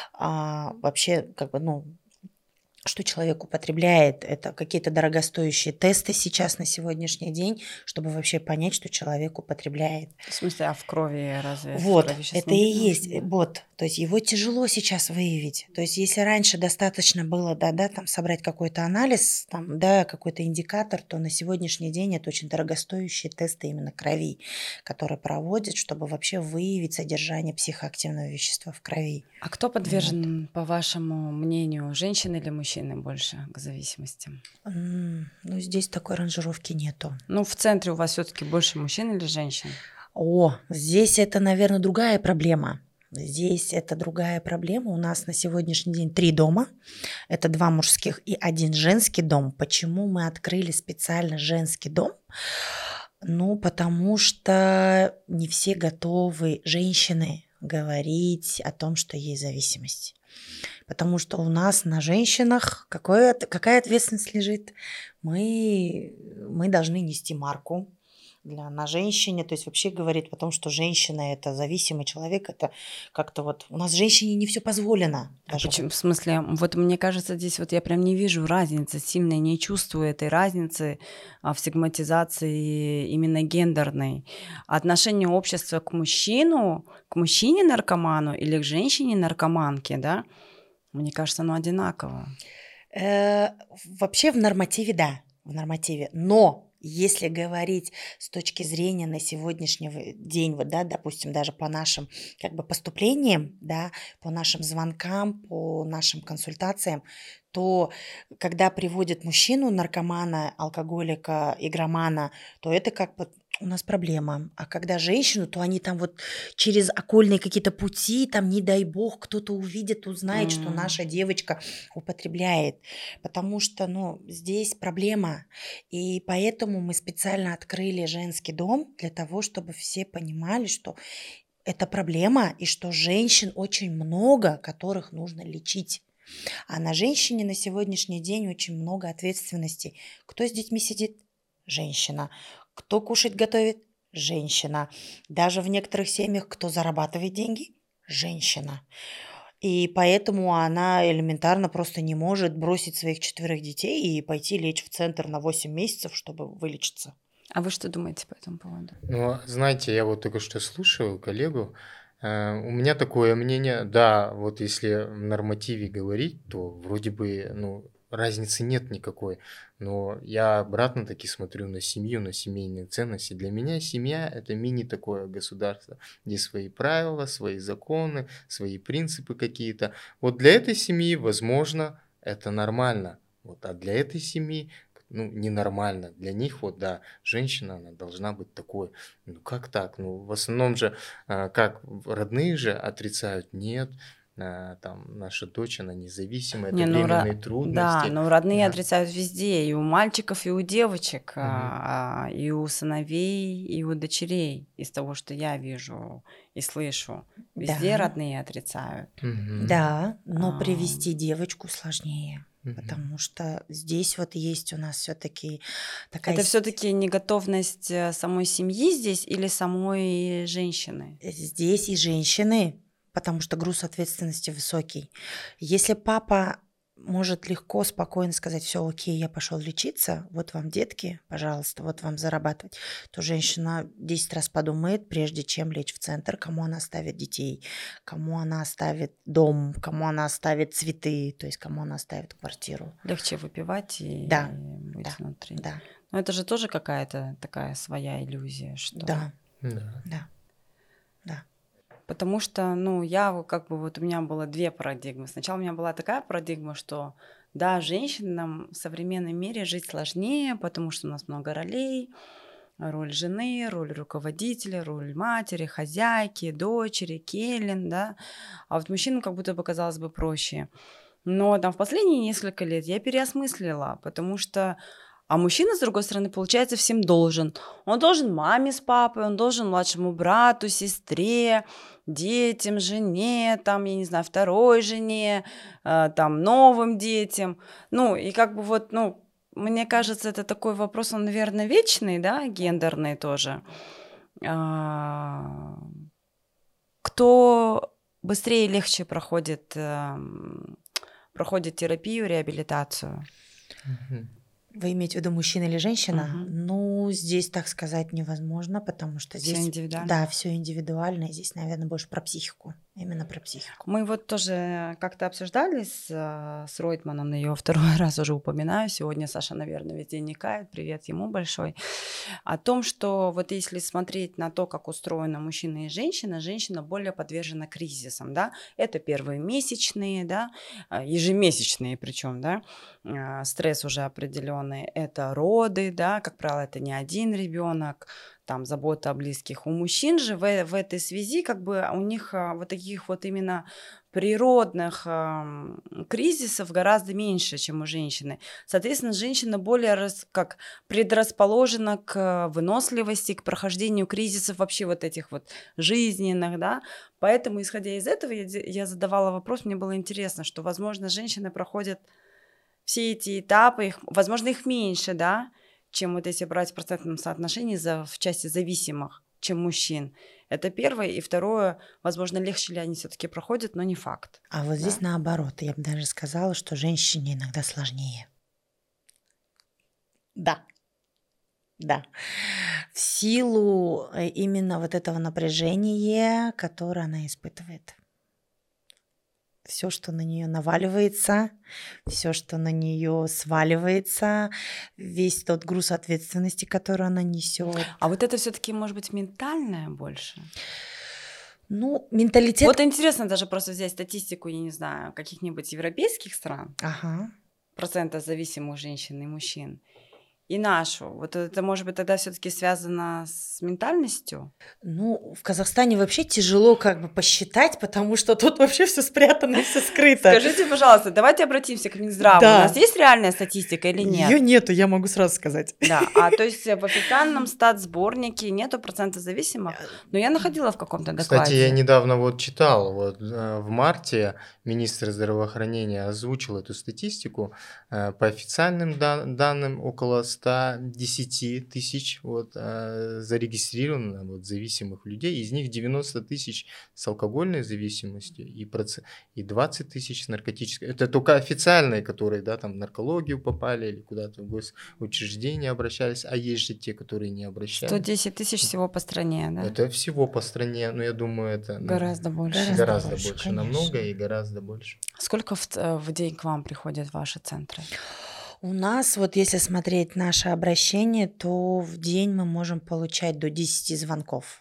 Вообще, как бы, ну, что человек употребляет, это какие-то дорогостоящие тесты сейчас на сегодняшний день, чтобы вообще понять, что человек употребляет.
В смысле, а в крови разве? В
Вот,
крови щас
это и
не видно
есть,
уже, да?
вот, то есть его тяжело сейчас выявить. То есть если раньше достаточно было, да, там собрать какой-то анализ, там, да, какой-то индикатор, то на сегодняшний день это очень дорогостоящие тесты именно крови, которые проводят, чтобы вообще выявить содержание психоактивного вещества в крови.
А кто
Вот.
подвержен, по вашему мнению, женщины или мужчины больше к зависимости?
Ну, здесь такой ранжировки нету.
Ну, в центре у вас все-таки больше мужчин или женщин?
Здесь это, наверное, другая проблема. Здесь это другая проблема. У нас на сегодняшний день 3 дома. Это 2 мужских и 1 женский дом. Почему мы открыли специально женский дом? Ну, потому что не все готовы, женщины, говорить о том, что есть зависимость. Потому что у нас на женщинах какая ответственность лежит? Мы должны нести марку на женщине, то есть вообще говорить о том, что женщина это зависимый человек, это как-то вот у нас женщине не все позволено. Даже
Почему? В смысле, вот мне кажется, здесь вот я прям не вижу разницы, сильно не чувствую этой разницы в стигматизации именно гендерной. Отношение общества к мужчине-наркоману или к женщине-наркоманке, да, мне кажется, оно одинаково.
Вообще в нормативе, да, в нормативе. Но если говорить с точки зрения на сегодняшний день, вот, да, допустим, даже по нашим как бы поступлениям, да, по нашим звонкам, по нашим консультациям, то когда приводят мужчину, наркомана, алкоголика, игромана, то это как бы у нас проблема. А когда женщину, то они там вот через окольные какие-то пути, там, не дай бог, кто-то увидит, узнает, что наша девочка употребляет. Потому что, ну, здесь проблема. И поэтому мы специально открыли женский дом для того, чтобы все понимали, что это проблема и что женщин очень много, которых нужно лечить. А на женщине на сегодняшний день очень много ответственности. Кто с детьми сидит? Женщина. Кто кушать готовит? Женщина. Даже в некоторых семьях кто зарабатывает деньги? Женщина. И поэтому она элементарно просто не может бросить своих 4 детей и пойти лечь в центр на 8 месяцев, чтобы вылечиться.
А вы что думаете по этому поводу?
Ну, знаете, я вот только что слушаю коллегу. У меня такое мнение, да, вот если в нормативе говорить, то вроде бы, ну, разницы нет никакой. Но я обратно таки смотрю на семью, на семейные ценности. Для меня семья – это мини такое государство, где свои правила, свои законы, свои принципы какие-то. Вот для этой семьи, возможно, это нормально. Вот, а для этой семьи, ненормально. Для них вот, да, женщина, она должна быть такой. Ну, как так? Ну, в основном же, как родные же отрицают, нет, там, наша дочь, она независимая, это
Не,
временные
да,
трудности.
но родные
Да.
отрицают везде, и у мальчиков, и у девочек,
Мгм.
и у сыновей, и у дочерей, из того, что я вижу и слышу. Везде
Да,
родные отрицают.
Мгм.
да, но
А,
привести девочку сложнее,
Мгм.
потому что здесь вот есть у нас все-таки такая
Это все-таки не готовность самой семьи здесь или самой женщины?
здесь и женщины, потому что груз ответственности высокий. Если папа может легко, спокойно сказать, все окей, я пошел лечиться, вот вам детки, пожалуйста, вот вам зарабатывать, то женщина 10 раз подумает, прежде чем лечь в центр, кому она оставит детей, кому она оставит дом, кому она оставит цветы, то есть кому она оставит квартиру.
Легче выпивать и
Да,
быть
да,
внутри.
да,
Но это же тоже какая-то такая своя иллюзия, что...
да,
Да.
да, да.
Потому что, вот у меня было две парадигмы. Сначала у меня была такая парадигма, что да, женщинам в современном мире жить сложнее, потому что у нас много ролей. Роль жены, роль руководителя, роль матери, хозяйки, дочери, келин, да. А вот мужчинам как будто бы казалось бы проще. Но там в последние несколько лет я переосмыслила, потому что мужчина, с другой стороны, получается, всем должен. Он должен маме с папой, он должен младшему брату, сестре, детям, жене, там, я не знаю, второй жене, там, новым детям. Ну, и мне кажется, это такой вопрос, он, наверное, вечный, да, гендерный тоже. А, Кто быстрее и легче проходит терапию, реабилитацию?
Мгм.
Вы имеете в виду мужчина или женщина?
Мгм.
Ну, здесь так сказать невозможно, потому что
Всё
здесь,
индивидуально.
да, все индивидуально. И здесь, наверное, больше про психику. Именно про психику.
Мы вот тоже как-то обсуждали с Ройтманом, ее второй раз уже упоминаю. Сегодня Саша, наверное, везде никает. Привет ему большой. О том, что вот если смотреть на то, как устроена мужчина и женщина более подвержена кризисам, да. Это первые месячные, да, ежемесячные причем, да, стресс уже определенный. Это роды, да, как правило, это не один ребенок, там забота о близких. У мужчин же в этой связи как бы у них вот таких вот именно природных кризисов гораздо меньше, чем у женщины. Соответственно, женщина более предрасположена к выносливости, к прохождению кризисов вообще вот этих вот жизненных, да. Поэтому, исходя из этого, я задавала вопрос, мне было интересно, что, возможно, женщины проходят все эти этапы, возможно, их меньше, да, чем вот если брать в процентном соотношении в части зависимых, чем мужчин. Это первое. И второе, возможно, легче ли они все-таки проходят, но не факт.
А вот здесь
Да.
наоборот. Я бы даже сказала, что женщине иногда сложнее. Да. Да. В силу именно вот этого напряжения, которое она испытывает. Все, что на нее наваливается, все, что на нее сваливается, весь тот груз ответственности, который она несет.
А вот это все-таки может быть ментальное больше?
Ну, менталитет.
Вот интересно даже просто взять статистику, я не знаю, каких-нибудь европейских стран,
Ага.
процента зависимых женщин и мужчин, и нашу. Вот это, может быть, тогда все-таки связано с ментальностью?
Ну, в Казахстане вообще тяжело как бы посчитать, потому что тут вообще все спрятано и все скрыто.
Скажите, пожалуйста, давайте обратимся к Минздраву.
Да.
У нас есть реальная статистика или нет?
Ее нету, я могу сразу сказать.
Да, то есть в официальном статсборнике нету процента зависимых, но я находила в каком-то докладе.
Кстати, я недавно вот читал, вот в марте министр здравоохранения озвучил эту статистику. По официальным данным около 110 тысяч вот, зарегистрировано вот, зависимых людей, из них 90 тысяч с алкогольной зависимостью и 20 тысяч с наркотической. Это только официальные, которые, да, там в наркологию попали или куда-то в госучреждения обращались, а есть же те, которые не обращались.
110 тысяч всего по стране, да?
Это всего по стране, но я думаю, это
Гораздо больше.
гораздо больше,
конечно.
намного и гораздо больше.
Сколько в день к вам приходят ваши центры?
У нас, вот если смотреть наше обращение, то в день мы можем получать до 10 звонков.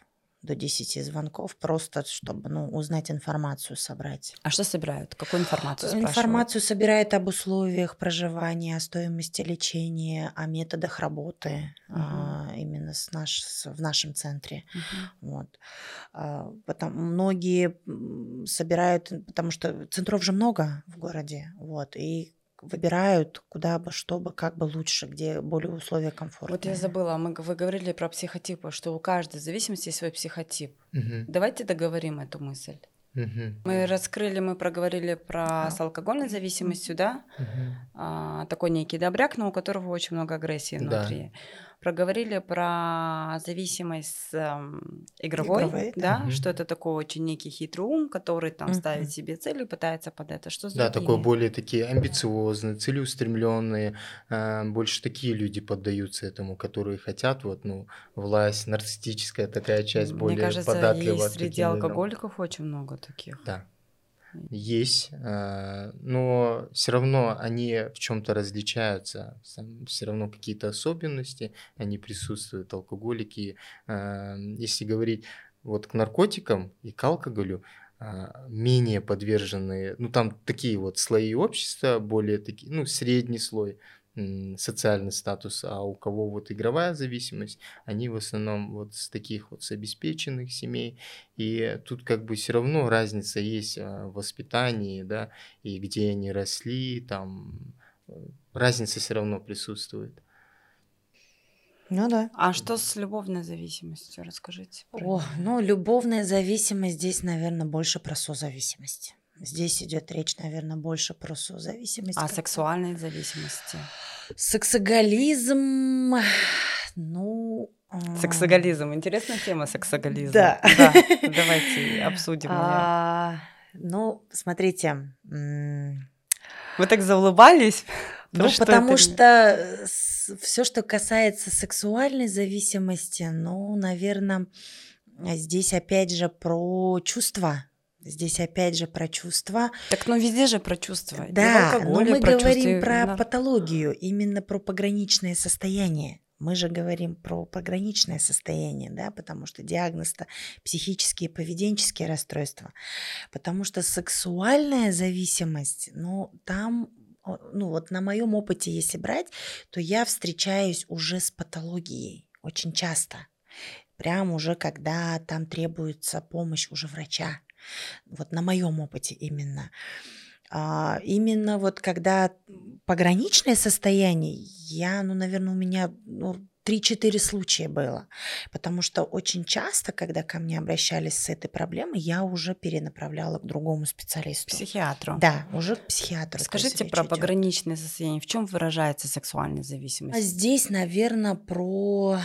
до 10 звонков, просто чтобы, узнать информацию, собрать.
А что собирают? Какую информацию спрашивают?
Информацию собирает об условиях проживания, о стоимости лечения, о методах работы именно в нашем центре. Вот. Многие собирают, потому что центров же много в городе, вот, и выбирают, куда бы, чтобы, как бы лучше, где более условия комфортные.
Вот я забыла, вы говорили про психотипы, что у каждой зависимости есть свой психотип. Давайте договорим эту мысль. Мы проговорили про с алкогольной зависимостью, да? Такой некий добряк, но у которого очень много агрессии внутри. Проговорили про зависимость игровой, да? Что это такой очень некий хитрый ум, который там ставит себе цели и пытается под это. Что с
Да,
другими?
такой более такие амбициозные, целеустремленные, больше такие люди поддаются этому, которые хотят власть, нарциссическая такая часть,
Мне
более
кажется,
податлива
есть
к
среди
таким играм.
алкоголиков очень много таких.
Да, есть, но все равно они в чем-то различаются, все равно какие-то особенности, они присутствуют, алкоголики. Если говорить вот к наркотикам и к алкоголю, менее подверженные, там такие вот слои общества, более такие, средний слой, социальный статус, а у кого вот игровая зависимость, они в основном вот с таких вот с обеспеченных семей, и тут как бы все равно разница есть в воспитании, да, и где они росли, там разница все равно присутствует.
Ну да.
А что с любовной зависимостью? Расскажите.
Любовная зависимость здесь, наверное, больше про созависимость. Здесь идет речь, наверное, больше про созависимость.
А сексуальной зависимости?
Сексоголизм,
Сексоголизм. Интересная тема, сексоголизм.
Да.
Давайте обсудим ее.
Смотрите.
Вы так заулыбались?
Потому что все, что касается сексуальной зависимости, наверное, здесь опять же про чувства.
Так, везде же про чувства.
Да, но мы говорим про патологию, именно про пограничное состояние. Мы же говорим про пограничное состояние, да, потому что диагноз-то психические и поведенческие расстройства. Потому что сексуальная зависимость, там, вот на моем опыте, если брать, то я встречаюсь уже с патологией очень часто. Прям уже когда там требуется помощь уже врача. Вот на моем опыте именно. Именно вот когда пограничное состояние, наверное, у меня 3-4 случая было. Потому что очень часто, когда ко мне обращались с этой проблемой, я уже перенаправляла к другому специалисту.
Психиатру.
Да, уже к психиатру.
Скажите про пограничное состояние. В чем выражается сексуальная зависимость?
Здесь, наверное, про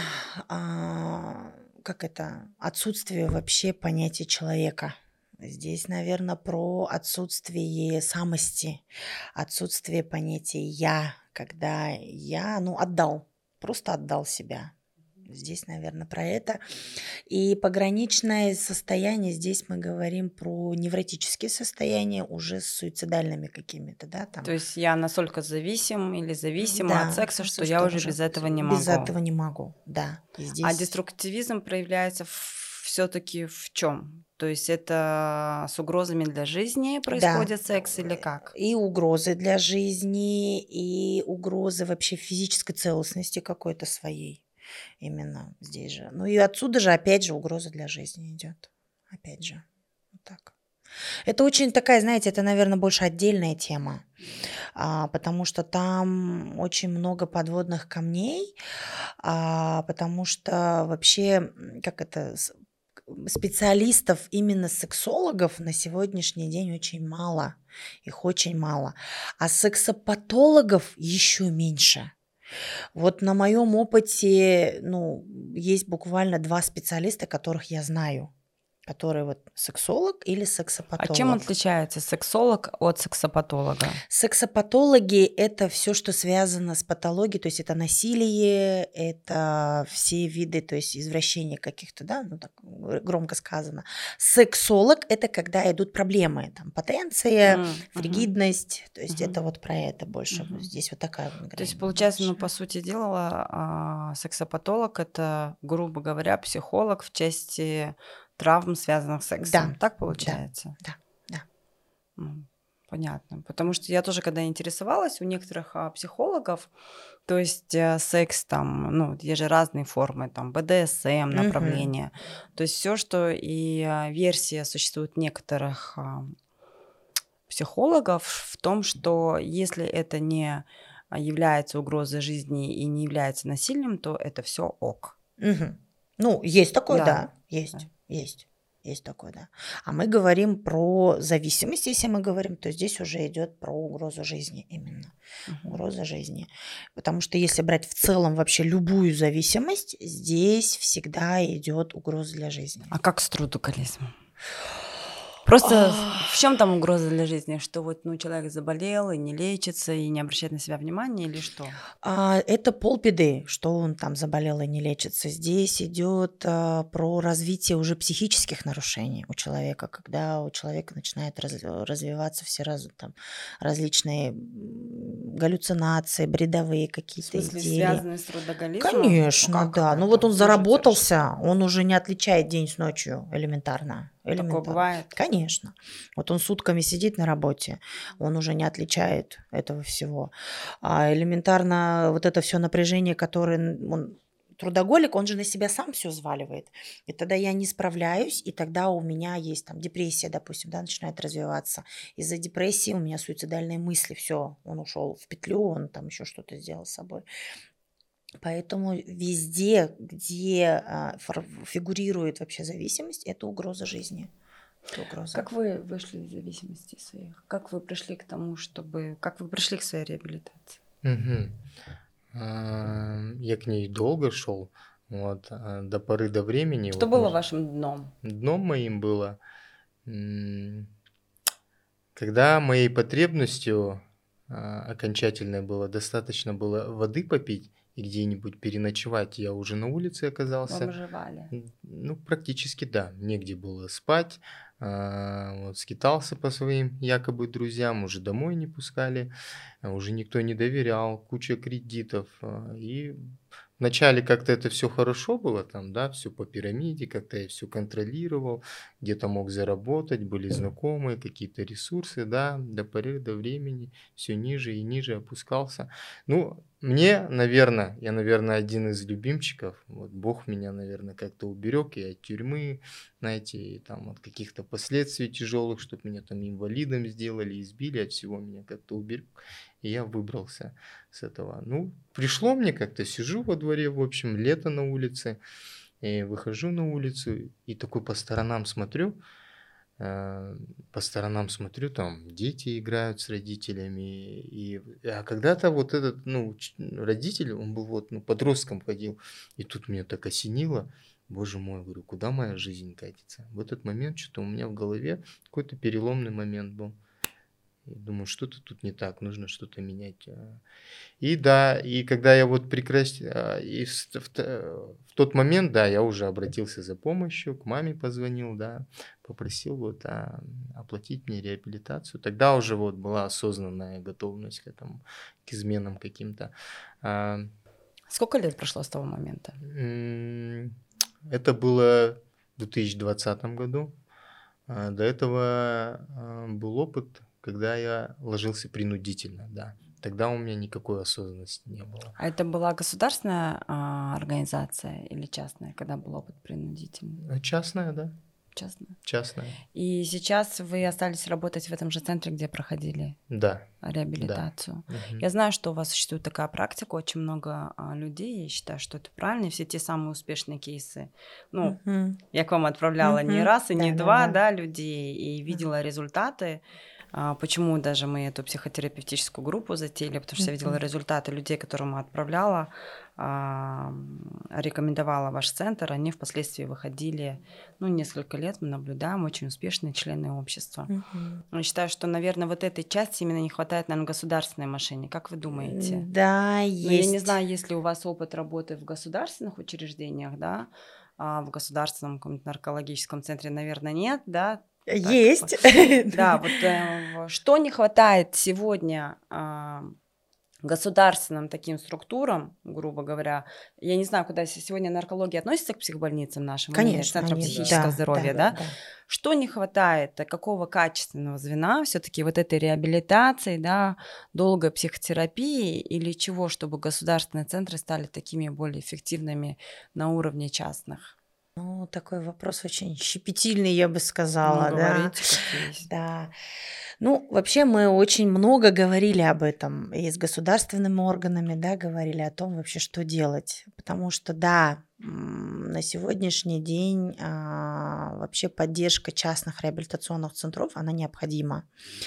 отсутствие вообще понятия человека. Здесь, наверное, про отсутствие самости, отсутствие понятия «я», когда я, просто отдал себя. Здесь, наверное, про это. И пограничное состояние, здесь мы говорим про невротические состояния уже с суицидальными какими-то, да, там.
То есть я настолько зависим или зависима от секса, что я уже без этого не могу.
Без этого не могу, да.
А деструктивизм проявляется все-таки в чем? То есть это с угрозами для жизни происходит секс или как?
И угрозы для жизни, и угрозы вообще физической целостности какой-то своей. Именно здесь же. И отсюда же опять же угроза для жизни идет. Опять же. Вот так. Это очень такая, знаете, это, наверное, больше отдельная тема, потому что там очень много подводных камней, потому что вообще, специалистов, именно сексологов на сегодняшний день очень мало. Их очень мало. А сексопатологов еще меньше. Вот на моем опыте, есть буквально 2 специалиста, которых я знаю. который вот сексолог или
А чем
сексопатолог.
отличается сексолог от сексопатолога?
Сексопатологи – это все, что связано с патологией, то есть это насилие, это все виды, то есть извращения каких-то, да, ну так громко сказано. Сексолог – это когда идут проблемы, там потенция,
Мгм.
фригидность, то есть
Мгм.
это вот про это больше.
Мгм.
Здесь вот такая вот
То есть,
грань
получается, по
большая.
сути дела, сексопатолог это, грубо говоря, психолог в части травм, связанных с
Да,
сексом. Так
да,
получается?
да.
Ну, понятно. Потому что я тоже, когда интересовалась, у некоторых психологов, то есть секс там, ну, есть же разные формы, там, БДСМ,
Мгм.
направления. То есть все, что и версия существует некоторых психологов в том, что если это не является угрозой жизни и не является насилием, то это все ок.
Мгм. Ну, есть такое,
Да.
да, есть такое, да. А мы говорим про зависимость, если мы говорим, то здесь уже идет про угрозу жизни именно.
Мгм.
Угроза жизни. Потому что если брать в целом вообще любую зависимость, здесь всегда идет угроза для жизни.
А как с трудоголизмом? Просто
А,
в чем там угроза для жизни? Что вот человек заболел и не лечится, и не обращает на себя внимания, или что?
Это полбеды, что он там заболел и не лечится. Здесь идет про развитие уже психических нарушений у человека, когда у человека начинают развиваться все там различные галлюцинации, бредовые
В
какие-то
смысле,
идеи.
связанные с трудоголизмом?
Конечно,
Как
да. Ну
это?
вот он
Может, это
заработался, он уже не отличает день с ночью элементарно.
такое
Элементарно.
бывает?
Конечно. Вот он сутками сидит на работе, он уже не отличает этого всего. А элементарно вот это все напряжение, которое он трудоголик, он же на себя сам все взваливает. И тогда я не справляюсь, и тогда у меня есть там депрессия, допустим, да, начинает развиваться. Из-за депрессии у меня суицидальные мысли, все, он ушел в петлю, он там еще что-то сделал с собой. Поэтому везде, где фигурирует вообще зависимость, это угроза жизни. Это угроза.
Как вы вышли из зависимости своих? Как вы пришли к тому, чтобы... Как вы пришли к своей реабилитации?
Мгм. Я к ней долго шел, вот, до поры до времени.
Что
Вот,
было вашим дном?
дном моим было, когда моей потребностью окончательной было достаточно было воды попить и где-нибудь переночевать, я уже на улице оказался.
Бомжевали.
Ну, практически да. Негде было спать. Вот, скитался по своим якобы друзьям, уже домой не пускали, уже никто не доверял, куча кредитов. И вначале как-то это все хорошо было, там, да, все по пирамиде, как-то я все контролировал, где-то мог заработать, были знакомые, какие-то ресурсы, да, до поры до времени все ниже и ниже опускался. Ну, я, наверное, один из любимчиков. Вот Бог меня, наверное, как-то уберег и от тюрьмы, знаете, и там от каких-то последствий тяжелых, чтобы меня там инвалидом сделали, избили, от всего меня как-то уберег. И я выбрался с этого. Ну, пришло мне как-то, сижу во дворе, в общем, лето на улице, и выхожу на улицу, и такой по сторонам смотрю, там дети играют с родителями. А когда-то вот этот, родитель, он был вот, подростком ходил. И тут меня так осенило. Боже мой, говорю, куда моя жизнь катится? В этот момент что-то у меня в голове какой-то переломный момент был. И думаю, что-то тут не так, нужно что-то менять. И да, и когда я вот и в тот момент, да, я уже обратился за помощью, к маме позвонил, да, попросил вот оплатить мне реабилитацию. Тогда уже вот была осознанная готовность к этому, к изменам каким-то. А,
Сколько лет прошло с того момента?
Это было в 2020 году. До этого был опыт, когда я ложился принудительно, да. Тогда у меня никакой осознанности не было.
А это была государственная организация или частная, когда был опыт принудительный?
Частная, да,
Частная.
частная.
И сейчас вы остались работать в этом же центре, где проходили
Да,
реабилитацию.
Мгм.
Я знаю, что у вас существует такая практика, очень много людей, я считаю, что это правильно, и все те самые успешные кейсы. Ну,
Мгм.
я к вам отправляла не
Мгм.
раз и не
Да, да,
два,
да.
да, людей, и видела результаты. Почему даже мы эту психотерапевтическую группу затеяли, потому что я видела результаты людей, которым отправляла, рекомендовала ваш центр, они впоследствии выходили, несколько лет мы наблюдаем, очень успешные члены общества. Я считаю, что, наверное, вот этой части именно не хватает, наверное, государственной машине. Как вы думаете?
Да, есть.
Я не знаю, есть ли у вас опыт работы в государственных учреждениях, да, в государственном каком-то наркологическом центре, наверное, нет, да?
Есть.
Да, вот что не хватает сегодня государственным таким структурам, грубо говоря, я не знаю, куда сегодня наркология относится к психбольницам нашим,
конечно,
Центрам психического здоровья, да? Что не хватает, какого качественного звена все-таки вот этой реабилитации, да, долгой психотерапии или чего, чтобы государственные центры стали такими более эффективными на уровне частных?
Такой вопрос очень щепетильный, я бы сказала,
говорите, как есть.
Да. Вообще мы очень много говорили об этом и с государственными органами, да, говорили о том вообще, что делать. Потому что, да, на сегодняшний день вообще поддержка частных реабилитационных центров, она необходима.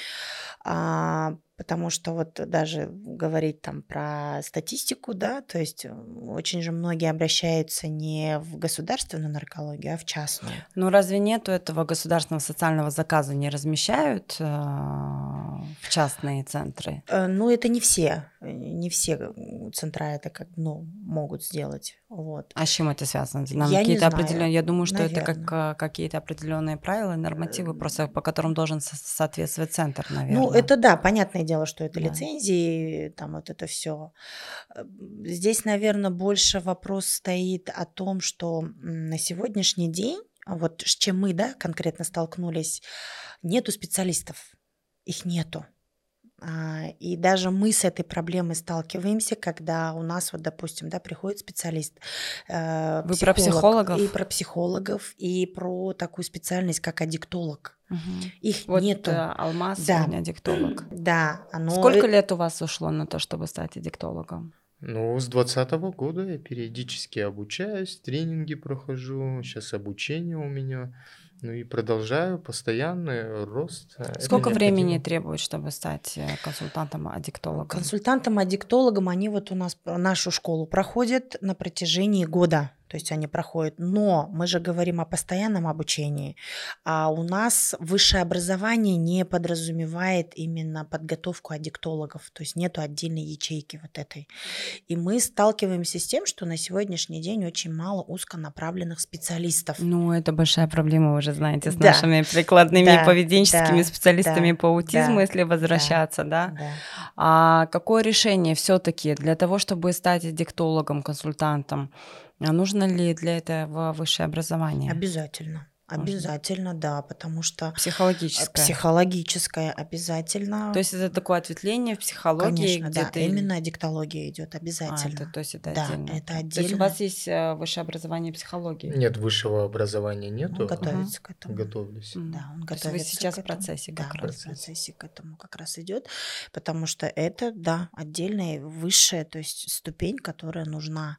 Потому что вот даже говорить там про статистику, да, то есть очень же многие обращаются не в государственную наркологию, а в частную.
Разве нету этого государственного социального заказа, не размещают в частные центры?
Это не все центра это могут сделать. Вот.
А с чем это связано?
Я не знаю.
Я думаю, что
Наверное.
это как какие-то определенные правила, нормативы, просто по которым должен соответствовать центр, наверное.
Это да, понятное дело, что это лицензии, там вот это все. Здесь, наверное, больше вопрос стоит о том, что на сегодняшний день, вот с чем мы, да, конкретно столкнулись, нету специалистов, их нету. И даже мы с этой проблемой сталкиваемся, когда у нас, вот, допустим, да, приходит специалист.
Вы про психологов?
И про психологов, и про такую специальность, как аддиктолог. Их
вот
нету.
Алмаз сегодня аддиктолог.
Да.
Сколько лет у вас ушло на то, чтобы стать аддиктологом?
С 2020 года я периодически обучаюсь, тренинги прохожу, сейчас обучение у меня. И продолжаю постоянный рост.
Сколько времени требует, чтобы стать консультантом-аддиктологом?
Консультантом-аддиктологом они вот у нас нашу школу проходят на протяжении года. То есть они проходят. Но мы же говорим о постоянном обучении. А у нас высшее образование не подразумевает именно подготовку аддиктологов. То есть нету отдельной ячейки вот этой. И мы сталкиваемся с тем, что на сегодняшний день очень мало узконаправленных специалистов.
Это большая проблема, вы же знаете, с нашими прикладными поведенческими специалистами по аутизму, если возвращаться, да? А какое решение все-таки для того, чтобы стать аддиктологом, консультантом? А нужно ли для этого высшее образование?
Обязательно, да, потому что...
Психологическое
обязательно.
То есть это такое ответвление в психологии?
Конечно, да, именно аддиктология идет обязательно.
То есть это
да,
отдельно?
это отдельно.
То есть у вас есть высшее образование психологии?
Нет, высшего образования нету.
Он готовится к этому.
Готовлюсь.
Да, он готовится.
То есть вы сейчас в процессе как раз?
В процессе к этому как раз идет, потому что это, да, отдельная высшая, то есть ступень, которая нужна.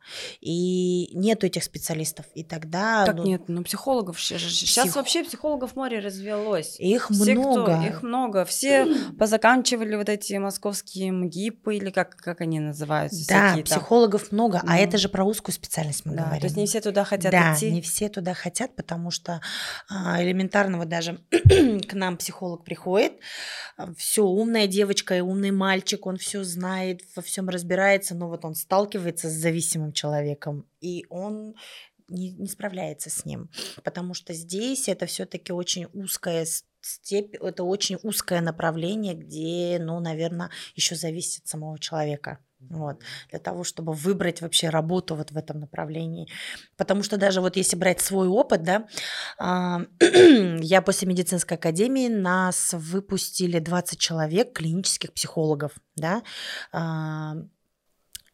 И нету этих специалистов. И тогда...
Как нет? Психологов сейчас вообще психологов море развелось.
Их много.
Их много. Все позаканчивали вот эти московские МГИПы, или как они называются?
Да, психологов много, а это же про узкую специальность мы говорим.
То есть не все туда хотят идти?
Да, не все туда хотят, потому что элементарно вот даже к нам психолог приходит, все, умная девочка и умный мальчик, он все знает, во всем разбирается, но вот он сталкивается с зависимым человеком, и он не справляется с ним, потому что здесь это все-таки очень узкая степень, это очень узкое направление, где, наверное, еще зависит от самого человека. Вот, для того, чтобы выбрать вообще работу вот в этом направлении. Потому что даже вот если брать свой опыт, да, я после медицинской академии, нас выпустили 20 человек клинических психологов, да,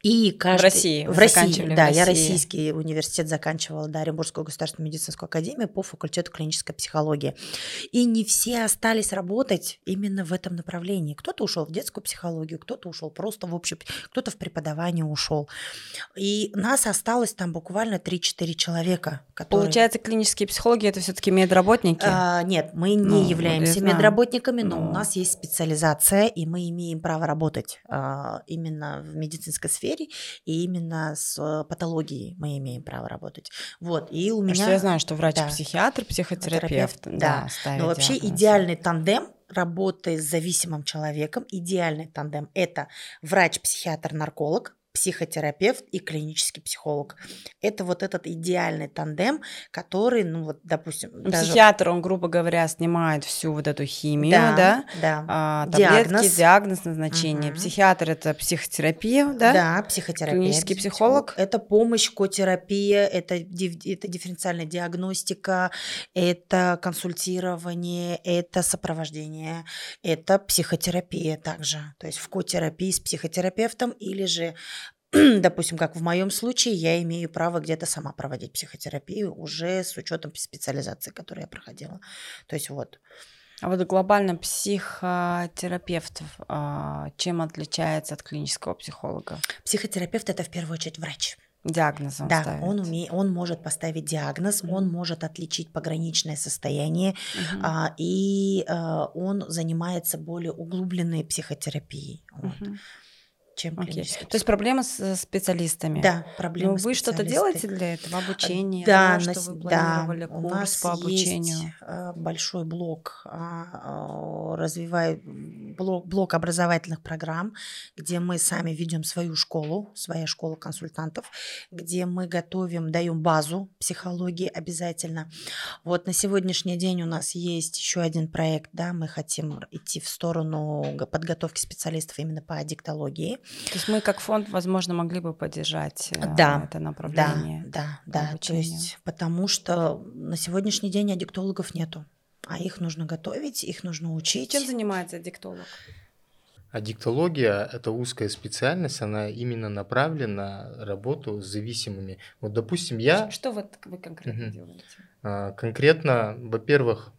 И
В
каждый...
России, вы
В России,
заканчивали в
да, я
России.
российский университет заканчивала, да, Оренбургскую государственную медицинскую академию по факультету клинической психологии. И не все остались работать именно в этом направлении. Кто-то ушел в детскую психологию, кто-то ушел просто в общую, кто-то в преподавание ушел. И нас осталось там буквально 3-4 человека, которые...
Получается, клинические психологи это все-таки медработники?
Нет, мы не
Ну, я
являемся
знаю.
медработниками, но у
Ну.
нас есть специализация, и мы имеем право работать именно в медицинской сфере, и именно с патологией мы имеем право работать. Вот, и у
Потому что я
меня...
знаю, что
Да,
врач-психиатр, психотерапевт,
да.
ставит
Но вообще
диагноз.
идеальный тандем работы с зависимым человеком, идеальный тандем – это врач-психиатр-нарколог, психотерапевт и клинический психолог. Это вот этот идеальный тандем, который, ну вот, допустим, даже...
Психиатр, он, грубо говоря, снимает всю вот эту химию,
Да,
да,
да.
таблетки, диагноз, назначение.
Мгм.
Психиатр это психотерапия, да?
Да, психотерапевт.
Клинический психолог.
Это помощь, котерапия, это дифференциальная диагностика, это консультирование, это сопровождение, это психотерапия также. То есть в котерапии с психотерапевтом или же, допустим, как в моем случае, я имею право где-то сама проводить психотерапию уже с учетом специализации, которую я проходила. То есть вот.
А вот глобально психотерапевт чем отличается от клинического психолога?
Психотерапевт – это в первую очередь врач.
Диагноз он
Да,
ставит.
он может поставить диагноз, он
Мгм.
может отличить пограничное состояние,
Мгм.
и он занимается более углубленной психотерапией, вот,
Мгм.
чем
Окей.
клинический
То есть
психолог.
проблема с специалистами.
Да,
Ну,
проблемы
вы что-то
специалисты.
делаете для этого? Обучение? Я
Да,
знаю, что вы
да,
планировали
у
курс
нас
по
есть
обучению.
большой блок, блок образовательных программ, где мы сами ведем свою школу, своя школа консультантов, где мы готовим, даем базу психологии обязательно. Вот на сегодняшний день у нас есть еще один проект, да, мы хотим идти в сторону подготовки специалистов именно по аддиктологии.
То есть мы как фонд, возможно, могли бы поддержать
Да,
это направление по
да. То
обучению.
есть, потому что на сегодняшний день аддиктологов нету, а их нужно готовить, их нужно
Чем
учить.
занимается аддиктолог?
Аддиктология – это узкая специальность, она именно направлена на работу с зависимыми. Вот, допустим, я
Что вот вы конкретно
Мгм.
делаете?
Конкретно, во-первых,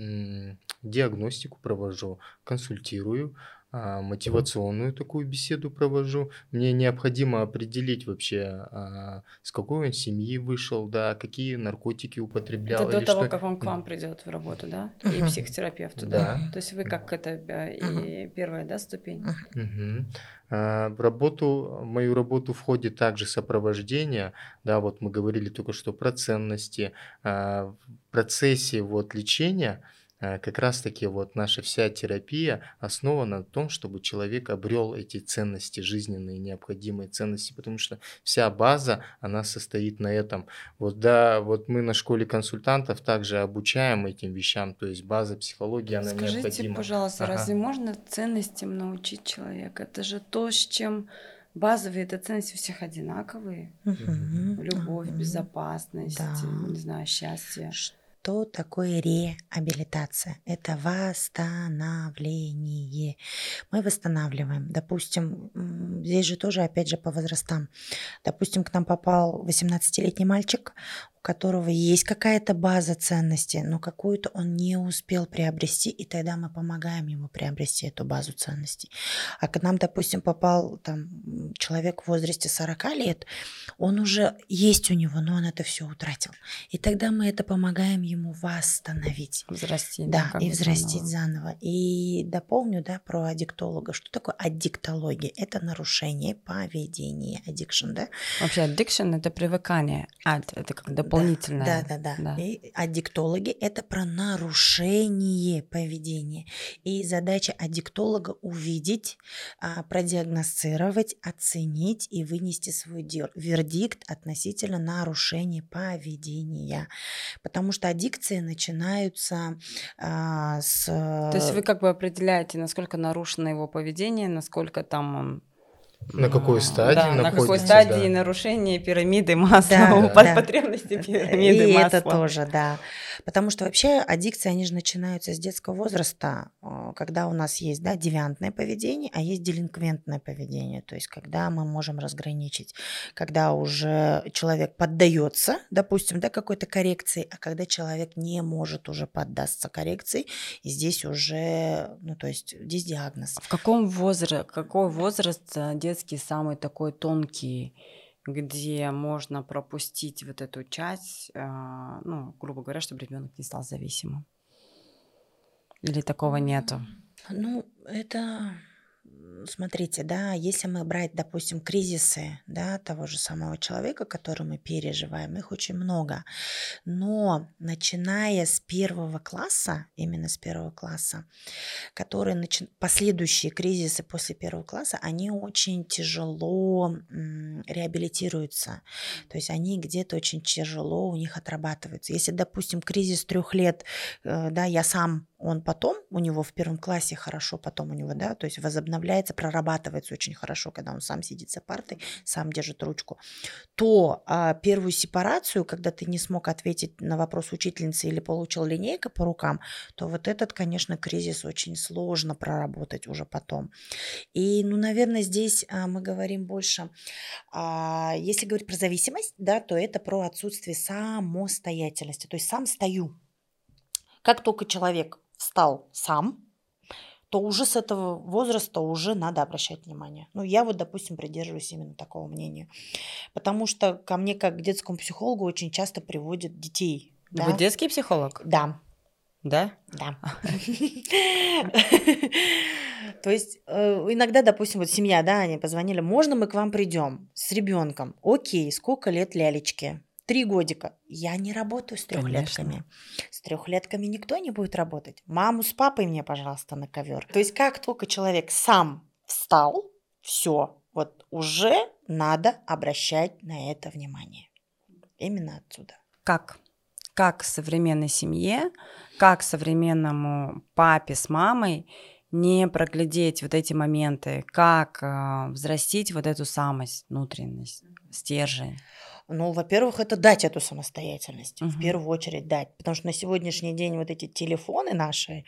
диагностику провожу, консультирую, мотивационную такую беседу провожу. Мне необходимо определить вообще, с какой он семьи вышел, да, какие наркотики
Это
употреблял
до
или
того,
что.
как он к вам придет в работу, да? И
Мгм.
психотерапевту, да?
Да.
То есть вы как это и первая, да, ступень?
Мгм.
Мгм. В мою работу входит также сопровождение. Да, вот мы говорили только что про ценности. В процессе вот лечения как раз-таки вот наша вся терапия основана на том, чтобы человек обрел эти ценности, жизненные необходимые ценности, потому что вся база, она состоит на этом. Вот да, вот мы на школе консультантов также обучаем этим вещам, то есть база психологии, она
Скажите,
необходима.
пожалуйста,
Ага.
разве можно ценностям научить человека? Это же то, с чем базовые это ценности у всех одинаковые.
Мгм.
Любовь,
Мгм.
безопасность,
Да.
не знаю, счастье.
Что такое реабилитация? Это восстановление. Мы восстанавливаем. Допустим, здесь же тоже, опять же, по возрастам. Допустим, к нам попал 18-летний мальчик, у которого есть какая-то база ценностей, но какую-то он не успел приобрести, и тогда мы помогаем ему приобрести эту базу ценностей. А к нам, допустим, попал там человек в возрасте 40 лет, он уже есть у него, но он это все утратил. И тогда мы это помогаем ему восстановить.
Взрастить,
Да,
как
и
бы
взрастить
заново.
заново. И дополню, да, про аддиктолога. Что такое аддиктология? Это нарушение поведения, addiction, да?
Вообще, addiction – это привыкание. Это как дополнительное.
Да. И аддиктологи – это про нарушение поведения. И задача аддиктолога увидеть, продиагностировать, оценить и вынести свой вердикт относительно нарушения поведения. Потому что аддикции начинаются
То есть вы как бы определяете, насколько нарушено его поведение, насколько там он
На какой стадии
Да, на какой
находится,
стадии
да.
нарушения пирамиды масла,
Да,
Да.
потребности
И
пирамиды
это
масла.
тоже, да. Потому что вообще аддикции, они же начинаются с детского возраста, когда у нас есть, да, девиантное поведение, а есть делинквентное поведение, то есть когда мы можем разграничить, когда уже человек поддается, допустим, да, какой-то коррекции, а когда человек не может уже поддаться коррекции, и здесь уже, ну, то есть здесь диагноз.
Какой возраст детский самый такой тонкий, где можно пропустить вот эту часть, ну, грубо говоря, чтобы ребенок не стал зависимым? Или такого нету?
Ну, это, смотрите, да, если мы брать, допустим, кризисы, да, того же самого человека, который мы переживаем, их очень много. Но начиная с 1 класса, именно с 1 класса, последующие кризисы после 1 класса, они очень тяжело реабилитируются. То есть они где-то очень тяжело у них отрабатываются. Если, допустим, кризис 3 лет, да, он потом, у него в 1 классе хорошо, потом у него, да, то есть возобновляется, прорабатывается очень хорошо, когда он сам сидит за партой, сам держит ручку, то первую сепарацию, когда ты не смог ответить на вопрос учительницы или получил линейкой по рукам, то вот этот, конечно, кризис очень сложно проработать уже потом. И, ну, наверное, здесь мы говорим больше, если говорить про зависимость, да, то это про отсутствие самостоятельности, то есть сам стою. Как только человек встал сам, то уже с этого возраста уже надо обращать внимание. Ну, я вот, допустим, придерживаюсь именно такого мнения. Потому что ко мне, как к детскому психологу, очень часто приводят детей.
Вы
Да,
детский психолог?
да,
Да?
да. То есть иногда, допустим, вот семья, да, они позвонили, можно мы к вам придем с ребенком? Окей, сколько лет лялечке? 3 годика. Я не работаю с трехлетками.
Конечно.
С трехлетками никто не будет работать. Маму с папой мне, пожалуйста, на ковер. То есть как только человек сам встал, все, вот уже надо обращать на это внимание. Именно отсюда.
Как современной семье, как современному папе с мамой не проглядеть вот эти моменты, как взрастить вот эту самость, внутренность, стержень?
Ну, во-первых, это дать эту самостоятельность, в
Мгм.
первую очередь дать, потому что на сегодняшний день вот эти телефоны наши,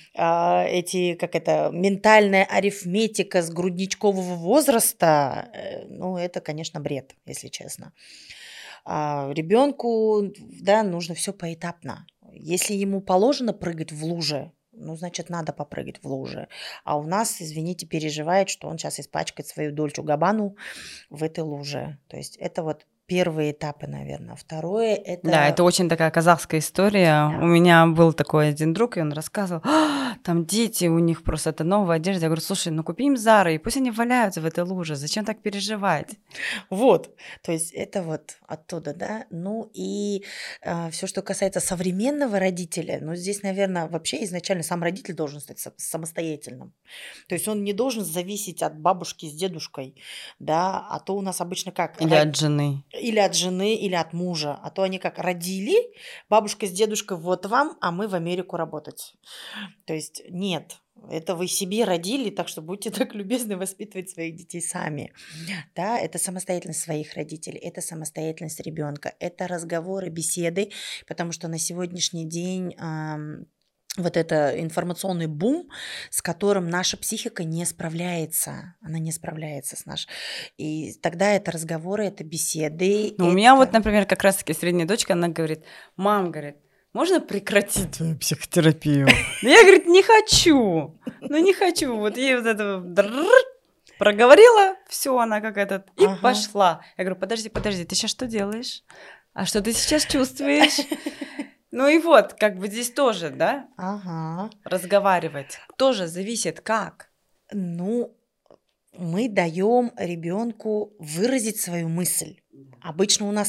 ментальная арифметика с грудничкового возраста, ну, это, конечно, бред, если честно. Ребенку, да, нужно все поэтапно. Если ему положено прыгать в луже, ну, значит, надо попрыгать в луже. А у нас, извините, переживает, что он сейчас испачкает свою Дольче Габбану в этой луже. То есть это вот первые этапы, наверное. Второе
Да, это очень такая казахская история. У
Да.
меня был такой один друг, и он рассказывал, там дети, у них просто это новая одежда. Я говорю, слушай, ну купи им Зары, и пусть они валяются в этой луже, зачем так переживать?
Вот, то есть это вот оттуда, да. Ну и все, что касается современного родителя, ну здесь, наверное, вообще изначально сам родитель должен стать самостоятельным. То есть он не должен зависеть от бабушки с дедушкой, да, а то у нас обычно как
Или от жены.
или от жены, или от мужа, а то они как родили, бабушка с дедушкой вот вам, а мы в Америку работать. То есть нет, это вы себе родили, так что будьте так любезны воспитывать своих детей сами. Да, это самостоятельность своих родителей, это самостоятельность ребенка, это разговоры, беседы, потому что на сегодняшний день вот это информационный бум, с которым наша психика не справляется. Она не справляется с нашей. И тогда это разговоры, это беседы.
Ну, у меня вот, например, как раз-таки средняя дочка, она говорит, мам, говорит, можно прекратить твою психотерапию? Я, говорит, не хочу. Ну, не хочу. Вот ей вот это проговорила, все, она как этот, и пошла. Я говорю, подожди, ты сейчас что делаешь? А что ты сейчас чувствуешь? Ну и вот, как бы здесь тоже, да, разговаривать. Тоже зависит как.
Ну, мы даем ребенку выразить свою мысль. Обычно у нас как?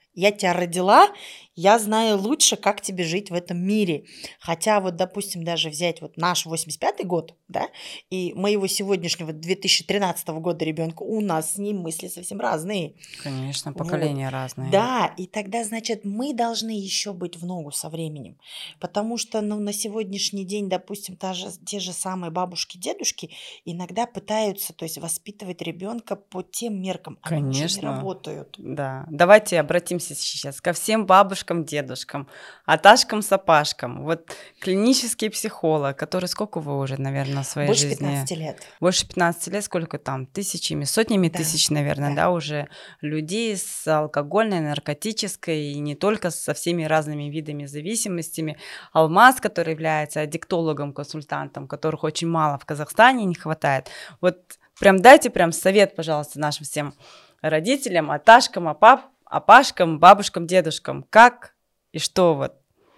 Я тебя родила, я знаю лучше, как тебе жить в этом мире. Хотя вот, допустим, даже взять вот наш 85-й год, да, и моего сегодняшнего 2013 года ребенка, у нас с ним мысли совсем разные.
Конечно,
Вот.
поколения разные.
Да, и тогда, значит, мы должны еще быть в ногу со временем. Потому что ну, на сегодняшний день, допустим, те же самые бабушки, дедушки иногда пытаются, то есть, воспитывать ребенка по тем меркам. Они уже не
Конечно.
работают.
Да. Давайте обратимся сейчас ко всем бабушкам, дедушкам, аташкам, сапашкам. Вот клинический психолог, который сколько вы уже, наверное, в своей
Больше
жизни?
15 лет.
Больше 15 лет, сколько там? Тысячами, сотнями
Да,
тысяч, наверное,
да.
да, уже людей с алкогольной, наркотической и не только со всеми разными видами зависимостями. Алмаз, который является аддиктологом, консультантом, которых очень мало в Казахстане не хватает. Вот прям дайте прям совет, пожалуйста, нашим всем родителям, аташкам, апашкам, бабушкам, дедушкам. Как и что вот?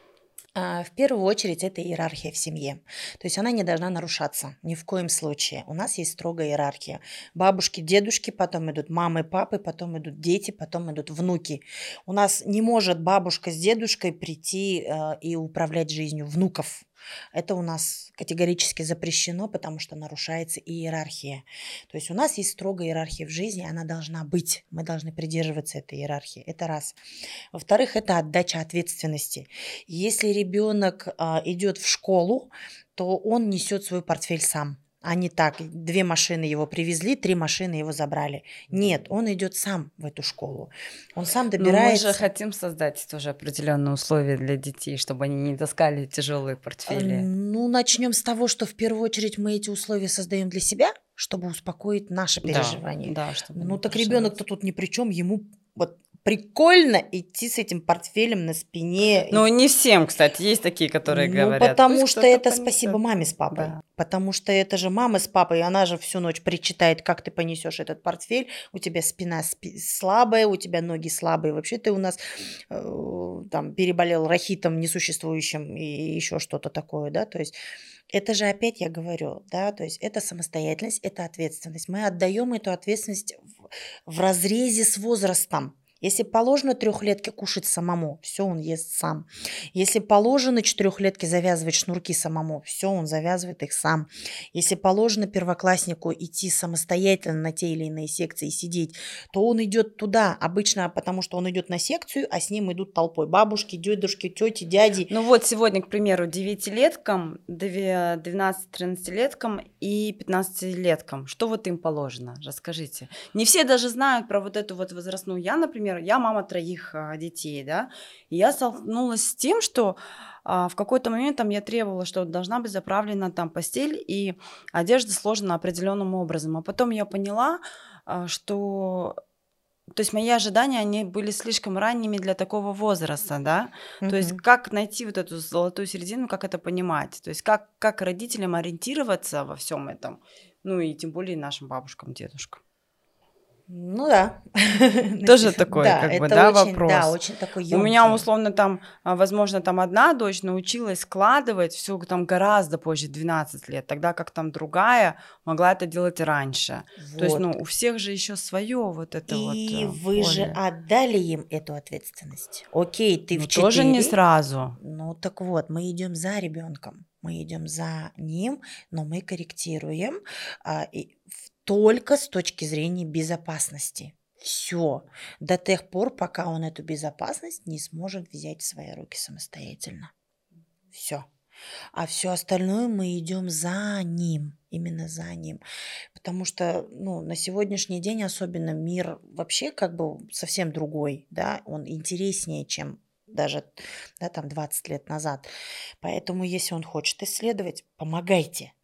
В первую очередь это иерархия в семье. То есть она не должна нарушаться ни в коем случае. У нас есть строгая иерархия. Бабушки, дедушки, потом идут мамы, папы, потом идут дети, потом идут внуки. У нас не может бабушка с дедушкой прийти и управлять жизнью внуков. Это у нас категорически запрещено, потому что нарушается иерархия. То есть у нас есть строгая иерархия в жизни, она должна быть. Мы должны придерживаться этой иерархии. Это раз. Во-вторых, это отдача ответственности. Если ребенок идет в школу, то он несет свой портфель сам. А не так, 2 машины его привезли, 3 машины его забрали. Нет, он идет сам в эту школу. Он сам
Ну, мы же
добирается.
хотим создать тоже определенные условия для детей, чтобы они не таскали тяжелые портфели.
Ну, начнем с того, что в первую очередь мы эти условия создаем для себя, чтобы успокоить наши
Да,
переживания.
да, чтобы
Ну,
не
так
переживать.
ребенок-то тут ни при чем, ему вот прикольно идти с этим портфелем на спине.
Ну, не всем, кстати, есть такие, которые
Ну,
говорят.
потому
Пусть
что
кто-то
это
понесет.
спасибо маме с папой.
Да.
Потому что это же мама с папой, и она же всю ночь причитает, как ты понесешь этот портфель, у тебя спина слабая, у тебя ноги слабые. Вообще ты у нас там переболел рахитом несуществующим и еще что-то такое, да, то есть это же опять я говорю, да, то есть это самостоятельность, это ответственность. Мы отдаем эту ответственность в разрезе с возрастом. Если положено 3-летке кушать самому, все он ест сам. Если положено 4-летке завязывать шнурки самому, все он завязывает их сам. Если положено первокласснику идти самостоятельно на те или иные секции и сидеть, то он идет туда обычно, потому что он идет на секцию, а с ним идут толпой бабушки, дедушки, тети, дяди.
Ну вот сегодня, к примеру, 9-леткам, 12-13-леткам и 15-леткам, что вот им положено? Расскажите. Не все даже знают про вот эту вот возрастную. Я, например, я мама 3 детей, да, и я столкнулась с тем, что в какой-то момент там я требовала, что должна быть заправлена там постель и одежда сложена определенным образом. А потом я поняла, что... То есть мои ожидания, они были слишком ранними для такого возраста, да? То есть как найти вот эту золотую середину, как это понимать? То есть как родителям ориентироваться во всем этом? Ну и тем более нашим бабушкам, дедушкам.
Ну да.
Тоже такой,
Да,
как бы,
это
да,
очень, да,
вопрос.
очень такой
У меня,
ёмкий.
условно, там, возможно, там одна дочь научилась складывать все там гораздо позже, 12 лет, тогда как там другая могла это делать раньше. То есть,
Вот.
ну, у всех же еще свое вот это вот
И вы же
поле.
отдали им эту ответственность. Окей, ты
Ну,
в
тоже не
4.
сразу.
Ну так вот, мы идем за ребенком, мы идем за ним, но мы корректируем только с точки зрения безопасности. Все. До тех пор, пока он эту безопасность не сможет взять в свои руки самостоятельно. Все. А все остальное мы идем за ним, именно за ним. Потому что, ну, на сегодняшний день особенно мир вообще как бы совсем другой, да, он интереснее, чем даже, да, там 20 лет назад. Поэтому, если он хочет исследовать, помогайте.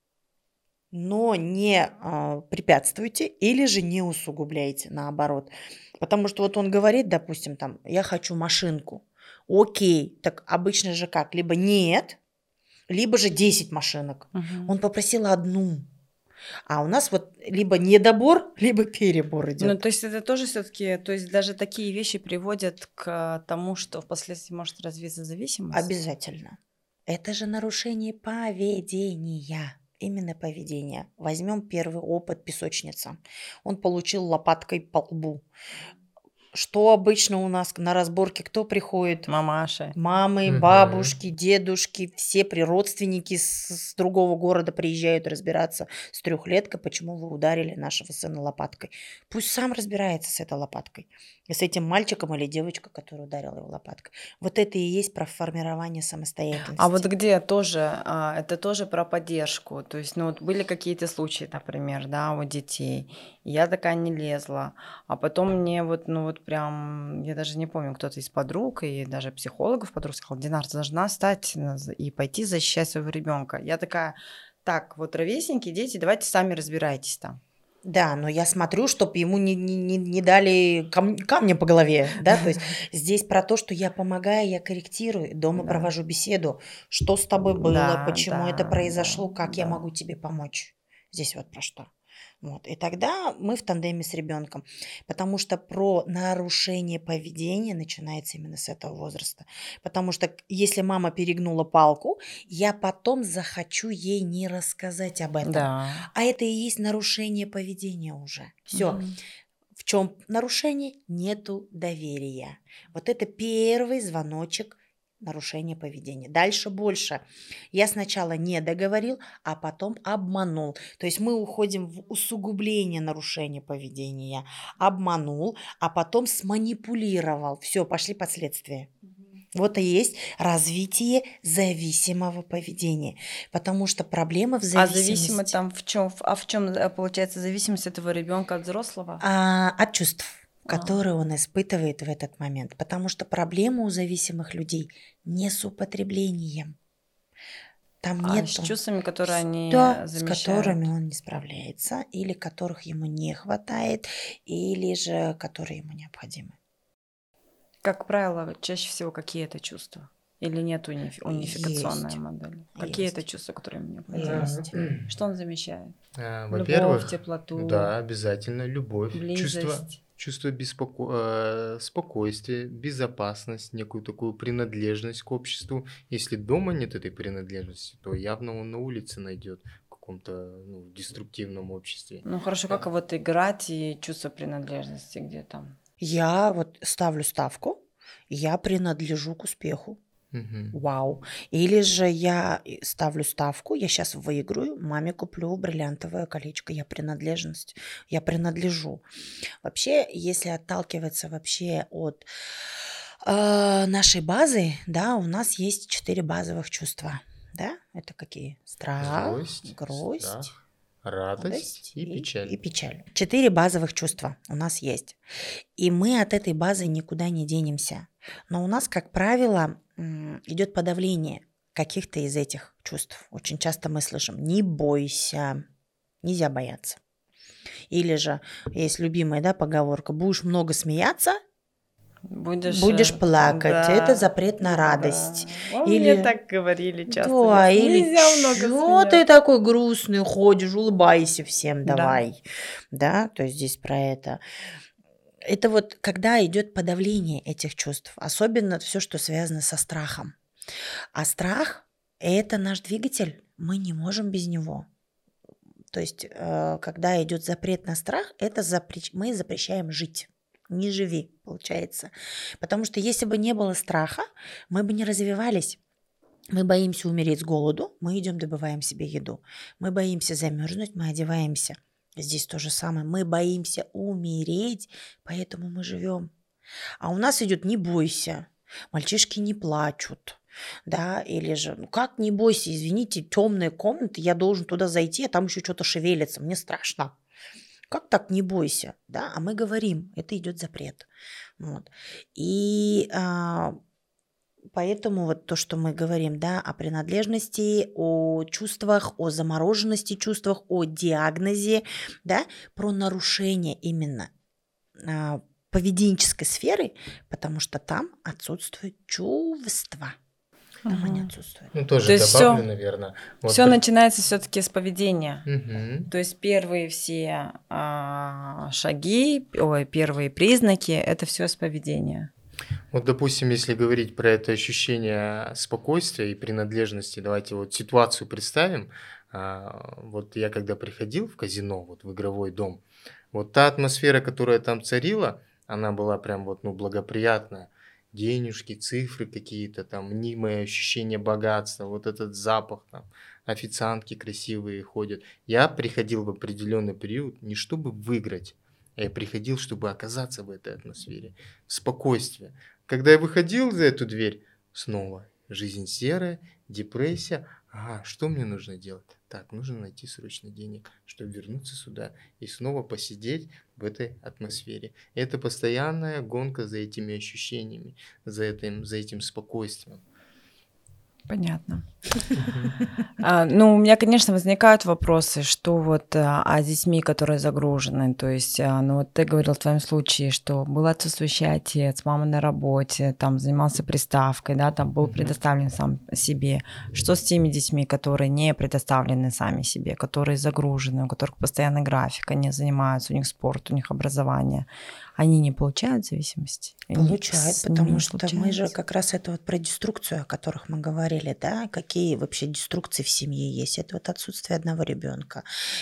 Но не препятствуйте или же не усугубляйте, наоборот. Потому что вот он говорит, допустим, там, я хочу машинку. Окей, так обычно же как? Либо нет, либо же 10 машинок.
Мгм.
Он попросил одну. А у нас вот либо недобор, либо перебор
Ну,
идет.
то есть это тоже все-таки, то есть даже такие вещи приводят к тому, что впоследствии может развиться зависимость.
Обязательно. Это же нарушение поведения. Именно поведение. Возьмем первый опыт песочница. Он получил лопаткой по лбу. что обычно у нас на разборке кто приходит?
Мамаши.
Мамы,
Мгм.
бабушки, дедушки, все родственники с другого города приезжают разбираться с трехлеткой, почему вы ударили нашего сына лопаткой. Пусть сам разбирается с этой лопаткой. И с этим мальчиком или девочкой, который ударил его лопаткой. Вот это и есть про формирование
А вот
самостоятельности.
где тоже, это тоже про поддержку. То есть, ну, вот были какие-то случаи, например, да, у детей. И я такая не лезла. А потом мне вот, ну, вот прям, я даже не помню, кто-то из подруг и даже психологов подруг сказал: Динар, ты должна встать и пойти защищать своего ребенка. Я такая: так, вот ровесники, дети, давайте сами разбирайтесь там.
Да, но я смотрю, чтобы ему не дали камня по голове, да, то есть здесь про то, что я помогаю, я корректирую, дома
Да.
провожу беседу, что с тобой было,
Да,
почему это
да,
произошло,
да,
как я
да.
могу тебе помочь. Здесь вот про что. Вот. И тогда мы в тандеме с ребенком, потому что про нарушение поведения начинается именно с этого возраста. Потому что если мама перегнула палку, я потом захочу ей не рассказать об этом.
Да.
А это и есть нарушение поведения уже. Все.
Мгм.
В чем нарушение? Нету доверия. Вот это первый звоночек нарушения поведения. Дальше больше. Я сначала не договорил, а потом обманул. То есть мы уходим в усугубление нарушения поведения. Обманул, а потом сманипулировал. Все, пошли последствия. Вот и есть развитие зависимого поведения. Потому что проблема в
А зависимость
зависимости
там в чем? А в чем получается зависимость этого ребенка от взрослого?
от чувств,
А.
которые он испытывает в этот момент. Потому что проблема у зависимых людей не с употреблением. Там
А с
нету.
чувствами, которые они
Да, с
замещают.
которыми он не справляется, или которых ему не хватает, или же которые ему необходимы.
Как правило, чаще всего какие это чувства? Или нет унификационной
Есть.
модели? Какие это
Есть.
чувства, которые ему необходимы?
Есть.
Что он замещает? Любовь,
Во-первых,
теплоту,
да, обязательно любовь,
близость.
чувство спокойствия, безопасность, некую такую принадлежность к обществу. Если дома нет этой принадлежности, то явно он на улице найдет в каком-то деструктивном обществе.
Ну хорошо, как вот играть и чувство принадлежности, где там?
Я вот ставлю ставку, я принадлежу к успеху.
Мгм.
Вау. Или же я ставлю ставку, я сейчас выиграю, маме куплю бриллиантовое колечко, я принадлежность, я принадлежу. Вообще, если отталкиваться вообще от нашей базы, да, у нас есть 4 базовых чувства, да, это какие? Страх,
Злость,
грусть,
страх, радость и печаль.
и печаль. 4 базовых чувства у нас есть. И мы от этой базы никуда не денемся. Но у нас, как правило, идет подавление каких-то из этих чувств. Очень часто мы слышим: не бойся, нельзя бояться. Или же есть любимая, да, поговорка: будешь много смеяться, будешь плакать. Это запрет на радость.
Мне
Или
так говорили часто.
да,
говорят,
или
нельзя много
чё ты
смеяться.
такой грустный ходишь, улыбайся всем
Да.
давай. Да, то есть здесь про это. Это вот когда идет подавление этих чувств, особенно все, что связано со страхом. А страх – это наш двигатель, мы не можем без него. То есть, когда идет запрет на страх, это мы запрещаем жить. Не живи, получается. Потому что если бы не было страха, мы бы не развивались. Мы боимся умереть с голоду, мы идем добываем себе еду. Мы боимся замерзнуть, мы одеваемся. Здесь то же самое. Мы боимся умереть, поэтому мы живем. А у нас идет: не бойся, мальчишки не плачут, да, или же, ну как не бойся, извините, темная комната, я должен туда зайти, а там еще что-то шевелится, мне страшно. Как так не бойся, да? А мы говорим, это идет запрет. Вот. И поэтому вот то, что мы говорим, да, о принадлежности, о чувствах, о замороженности чувствах, о диагнозе, да, про нарушение именно поведенческой сферы, потому что там отсутствуют чувства. Там они отсутствуют.
Ну,
То
тоже
есть
добавлю, наверное. Вот
все начинается все-таки с поведения.
Мгм.
То есть первые все первые признаки это все с поведения.
Вот, допустим, если говорить про это ощущение спокойствия и принадлежности, давайте вот ситуацию представим. Вот я когда приходил в казино, вот в игровой дом, вот та атмосфера, которая там царила, она была прям вот, ну, благоприятная. Денежки, цифры какие-то, там, мнимое ощущение богатства, вот этот запах, там, официантки красивые ходят. Я приходил в определенный период не чтобы выиграть, а я приходил, чтобы оказаться в этой атмосфере, спокойствие. Когда я выходил за эту дверь, снова жизнь серая, депрессия. Ага, что мне нужно делать? Так, нужно найти срочно денег, чтобы вернуться сюда и снова посидеть в этой атмосфере. Это постоянная гонка за этими ощущениями, за этим спокойствием.
Понятно.
Мгм.
Ну, у меня, конечно, возникают вопросы, что вот с детьми, которые загружены. То есть, ну вот ты говорил в твоем случае, что был отсутствующий отец, мама на работе, там занимался приставкой, да, там был
Мгм.
предоставлен сам себе. Что с теми детьми, которые не предоставлены сами себе, которые загружены, у которых постоянный график, они занимаются, у них спорт, у них образование, они не получают зависимости?
Получают,
С ними
потому
не
что мы же
получается?
как раз это вот про деструкцию, о которых мы говорили, да, какие вообще деструкции в семье есть. Это вот отсутствие одного ребенка,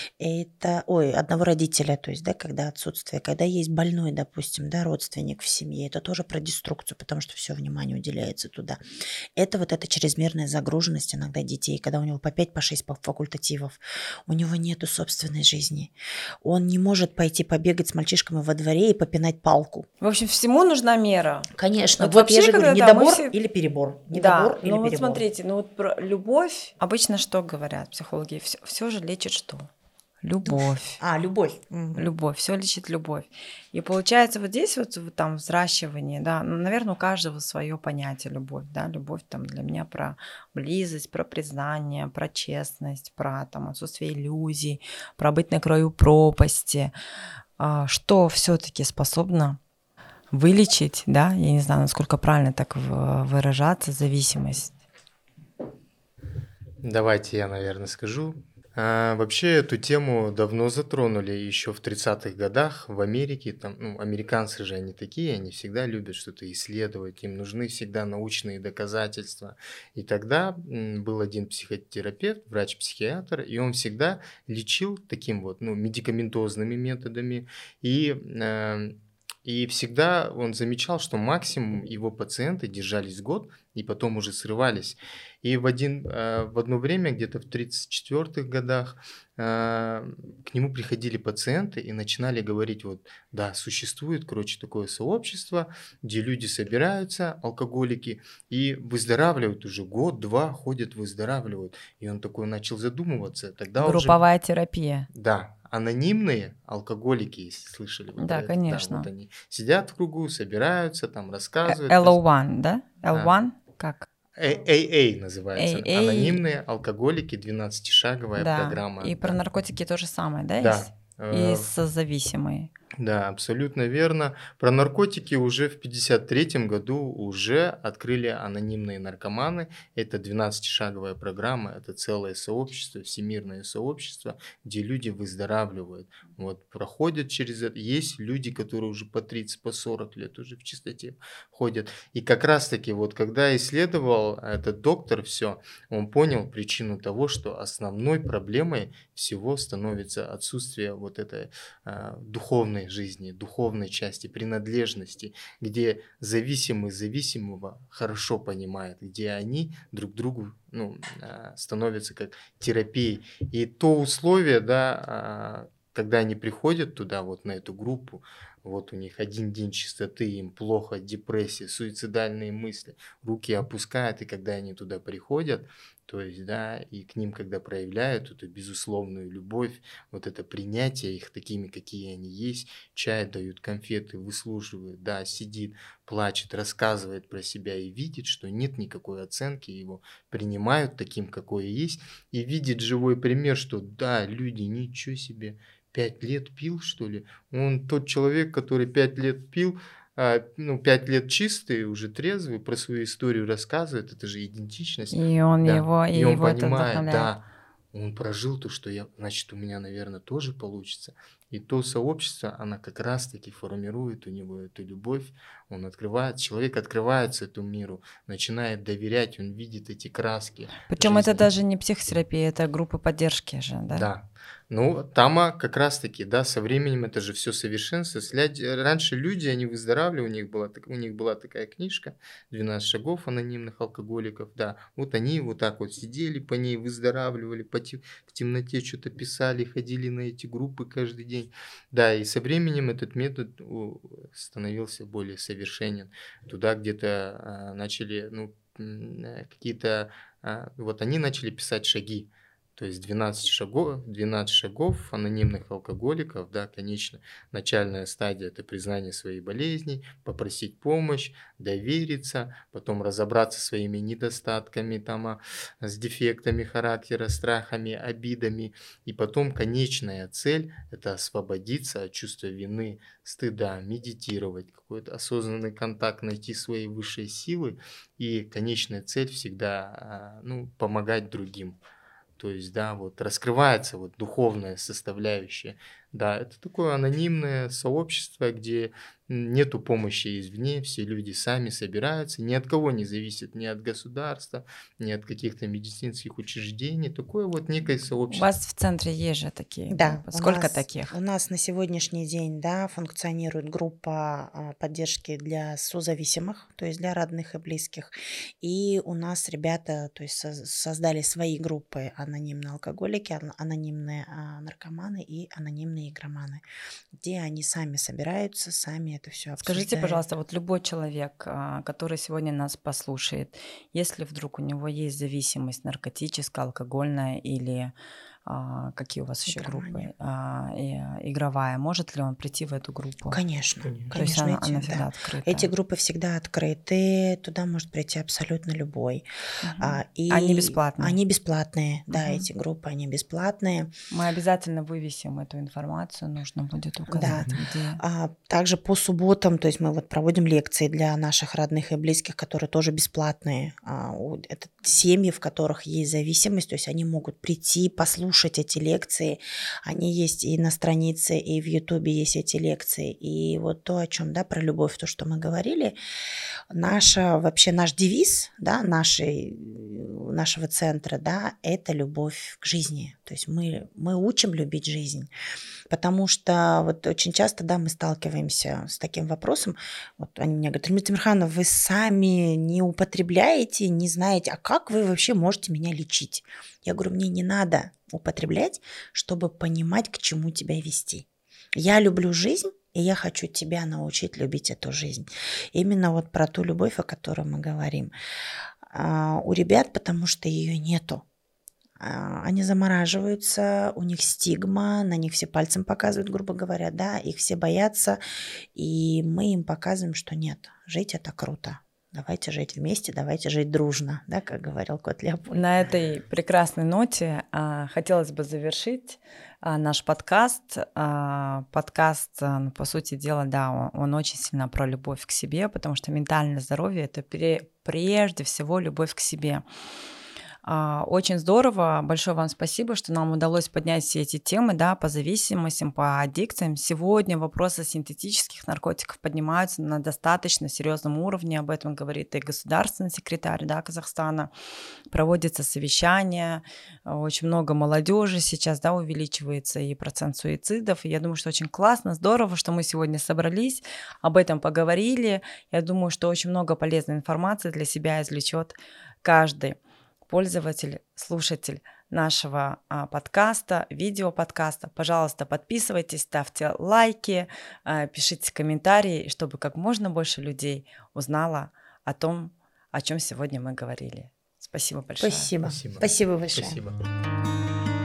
одного родителя, то есть, да, когда отсутствие, когда есть больной, допустим, да, родственник в семье, это тоже про деструкцию, потому что все внимание уделяется туда. Это вот эта чрезмерная загруженность иногда детей, когда у него по 5, по 6 факультативов, у него нету собственной жизни, он не может пойти побегать с мальчишками во дворе и попинать палку.
В общем, всему нужна мера.
Конечно,
Вот
вот я
вообще,
же говорю,
когда мы
недобор
все...
или перебор,
Да,
недобор или
ну вот
перебор.
смотрите, ну вот про любовь обычно что говорят психологи? Все же лечит что? Любовь.
Любовь. Мгм.
Любовь, все лечит любовь. И получается, вот здесь вот там взращивание, да, ну, наверное, у каждого свое понятие любовь, да, любовь там для меня про близость, про признание, про честность, про там отсутствие иллюзий, про быть на краю пропасти. Что все-таки способно вылечить, да, я не знаю, насколько правильно так выражаться, зависимость.
Давайте я, наверное, скажу. Вообще эту тему давно затронули еще в 30-х годах в Америке. Там, ну, американцы же они такие, они всегда любят что-то исследовать, им нужны всегда научные доказательства. И тогда был один психотерапевт, врач-психиатр, и он всегда лечил таким вот, ну, медикаментозными методами. И всегда он замечал, что максимум его пациенты держались год и потом уже срывались. И в одно время, где-то в 34-х годах, к нему приходили пациенты и начинали говорить, вот, да, существует, короче, такое сообщество, где люди собираются, алкоголики, и выздоравливают уже год-два, ходят, выздоравливают. И он такой начал задумываться. Тогда уже,
Групповая терапия.
да, анонимные алкоголики, если слышали вы про
Да,
это, да,
конечно.
вот они сидят в кругу, собираются, там рассказывают.
LO1, да?
А,
L1? Как?
AA называется.
AA,
Анонимные алкоголики, 12-шаговая
да.
программа.
И про
Да,
наркотики то же самое, да, есть?
да.
И созависимые.
Да, абсолютно верно. Про наркотики уже в 1953 году уже открыли анонимные наркоманы. Это 12-шаговая программа, это целое сообщество, всемирное сообщество, где люди выздоравливают. Вот, проходят через это. Есть люди, которые уже по 30, по 40 лет уже в чистоте ходят. И как раз-таки вот когда исследовал этот доктор все, он понял причину того, что основной проблемой всего становится отсутствие вот этой духовной жизни, духовной части, принадлежности, где зависимый зависимого хорошо понимает, где они друг другу становятся как терапией. И то условие, да, когда они приходят туда, вот на эту группу, вот у них один день чистоты, им плохо, депрессия, суицидальные мысли, руки опускают, и когда они туда приходят, то есть, да, и к ним, когда проявляют эту безусловную любовь, вот это принятие их такими, какие они есть, чай дают, конфеты, выслушивают, да, сидит, плачет, рассказывает про себя и видит, что нет никакой оценки, его принимают таким, какой есть, и видит живой пример, что да, люди, ничего себе, 5 лет пил, что ли? Он тот человек, который 5 лет пил, 5 лет чистый, уже трезвый, про свою историю рассказывает, это же идентичность.
И он
Да,
его,
и он
его это
понимает,
вдохновляет.
да, он прожил то, что значит, у меня, наверное, тоже получится. И то сообщество, она как раз-таки формирует у него эту любовь, человек открывается этому миру, начинает доверять, он видит эти краски
Причем это
жизни.
даже не психотерапия, это группы поддержки же, да?
Да. Ну, там как раз-таки, да, со временем это же все совершенствуется. Раньше люди, они выздоравливали, у них была такая книжка «12 шагов анонимных алкоголиков», да. Вот они вот так вот сидели по ней, выздоравливали, в темноте что-то писали, ходили на эти группы каждый день. Да, и со временем этот метод становился более совершенен. Туда где-то начали, вот они начали писать шаги. То есть 12 шагов анонимных алкоголиков, да, конечно, начальная стадия – это признание своей болезни, попросить помощь, довериться, потом разобраться со своими недостатками, с дефектами характера, страхами, обидами. И потом конечная цель – это освободиться от чувства вины, стыда, медитировать, какой-то осознанный контакт, найти свои высшие силы. И конечная цель всегда помогать другим. То есть, да, вот раскрывается вот духовная составляющая. Да, это такое анонимное сообщество, где нету помощи извне, все люди сами собираются, ни от кого не зависит, ни от государства, ни от каких-то медицинских учреждений. Такое вот некое
У
сообщество.
вас в центре есть же такие
Да,
группы. Сколько таких?
У нас на сегодняшний день, да, функционирует группа поддержки для созависимых, то есть для родных и близких. И у нас ребята, то есть создали свои группы: анонимные алкоголики, анонимные наркоманы и анонимные игроманы, где они сами собираются, сами это все обсуждают.
Скажите, пожалуйста, вот любой человек, который сегодня нас послушает, если вдруг у него есть зависимость наркотическая, алкогольная или какие у вас еще группы? Игровая. Может ли он прийти в эту группу?
Конечно.
То есть она всегда открыта.
Эти группы всегда открыты, туда может прийти абсолютно любой. И
они бесплатные?
Они бесплатные, да, эти группы, они бесплатные.
Мы обязательно вывесим эту информацию, нужно будет указать, где.
Также по субботам, то есть мы вот проводим лекции для наших родных и близких, которые тоже бесплатные. Это семьи, в которых есть зависимость, то есть они могут прийти, послушать эти лекции. Они есть и на странице, и в Ютубе есть эти лекции. И вот то, о чем, да, про любовь, то, что мы говорили, наш девиз, да, нашего центра, да, это любовь к жизни. То есть мы учим любить жизнь. Потому что вот очень часто, да, мы сталкиваемся с таким вопросом. Вот они мне говорят: Людмила Тимирхановна, вы сами не употребляете, не знаете, а как вы вообще можете меня лечить? Я говорю: мне не надо употреблять, чтобы понимать, к чему тебя вести. Я люблю жизнь, и я хочу тебя научить любить эту жизнь. Именно вот про ту любовь, о которой мы говорим. У ребят, потому что ее нету. Они замораживаются, у них стигма, на них все пальцем показывают, грубо говоря, да, их все боятся, и мы им показываем, что нет, жить это круто. Давайте жить вместе, давайте жить дружно, да, как говорил кот Леопольд.
На этой прекрасной ноте хотелось бы завершить наш подкаст. Подкаст, по сути дела, да, он очень сильно про любовь к себе, потому что ментальное здоровье — это прежде всего любовь к себе. Очень здорово, большое вам спасибо, что нам удалось поднять все эти темы, да, по зависимостям, по аддикциям. Сегодня вопросы синтетических наркотиков поднимаются на достаточно серьезном уровне, об этом говорит и государственный секретарь, да, Казахстана. Проводятся совещания, очень много молодежи сейчас, да, увеличивается и процент суицидов. И я думаю, что очень классно, здорово, что мы сегодня собрались, об этом поговорили. Я думаю, что очень много полезной информации для себя извлечет каждый пользователь, слушатель нашего подкаста, видеоподкаста. Пожалуйста, подписывайтесь, ставьте лайки, пишите комментарии, чтобы как можно больше людей узнало о том, о чем сегодня мы говорили. Спасибо большое.
Спасибо большое.
Спасибо.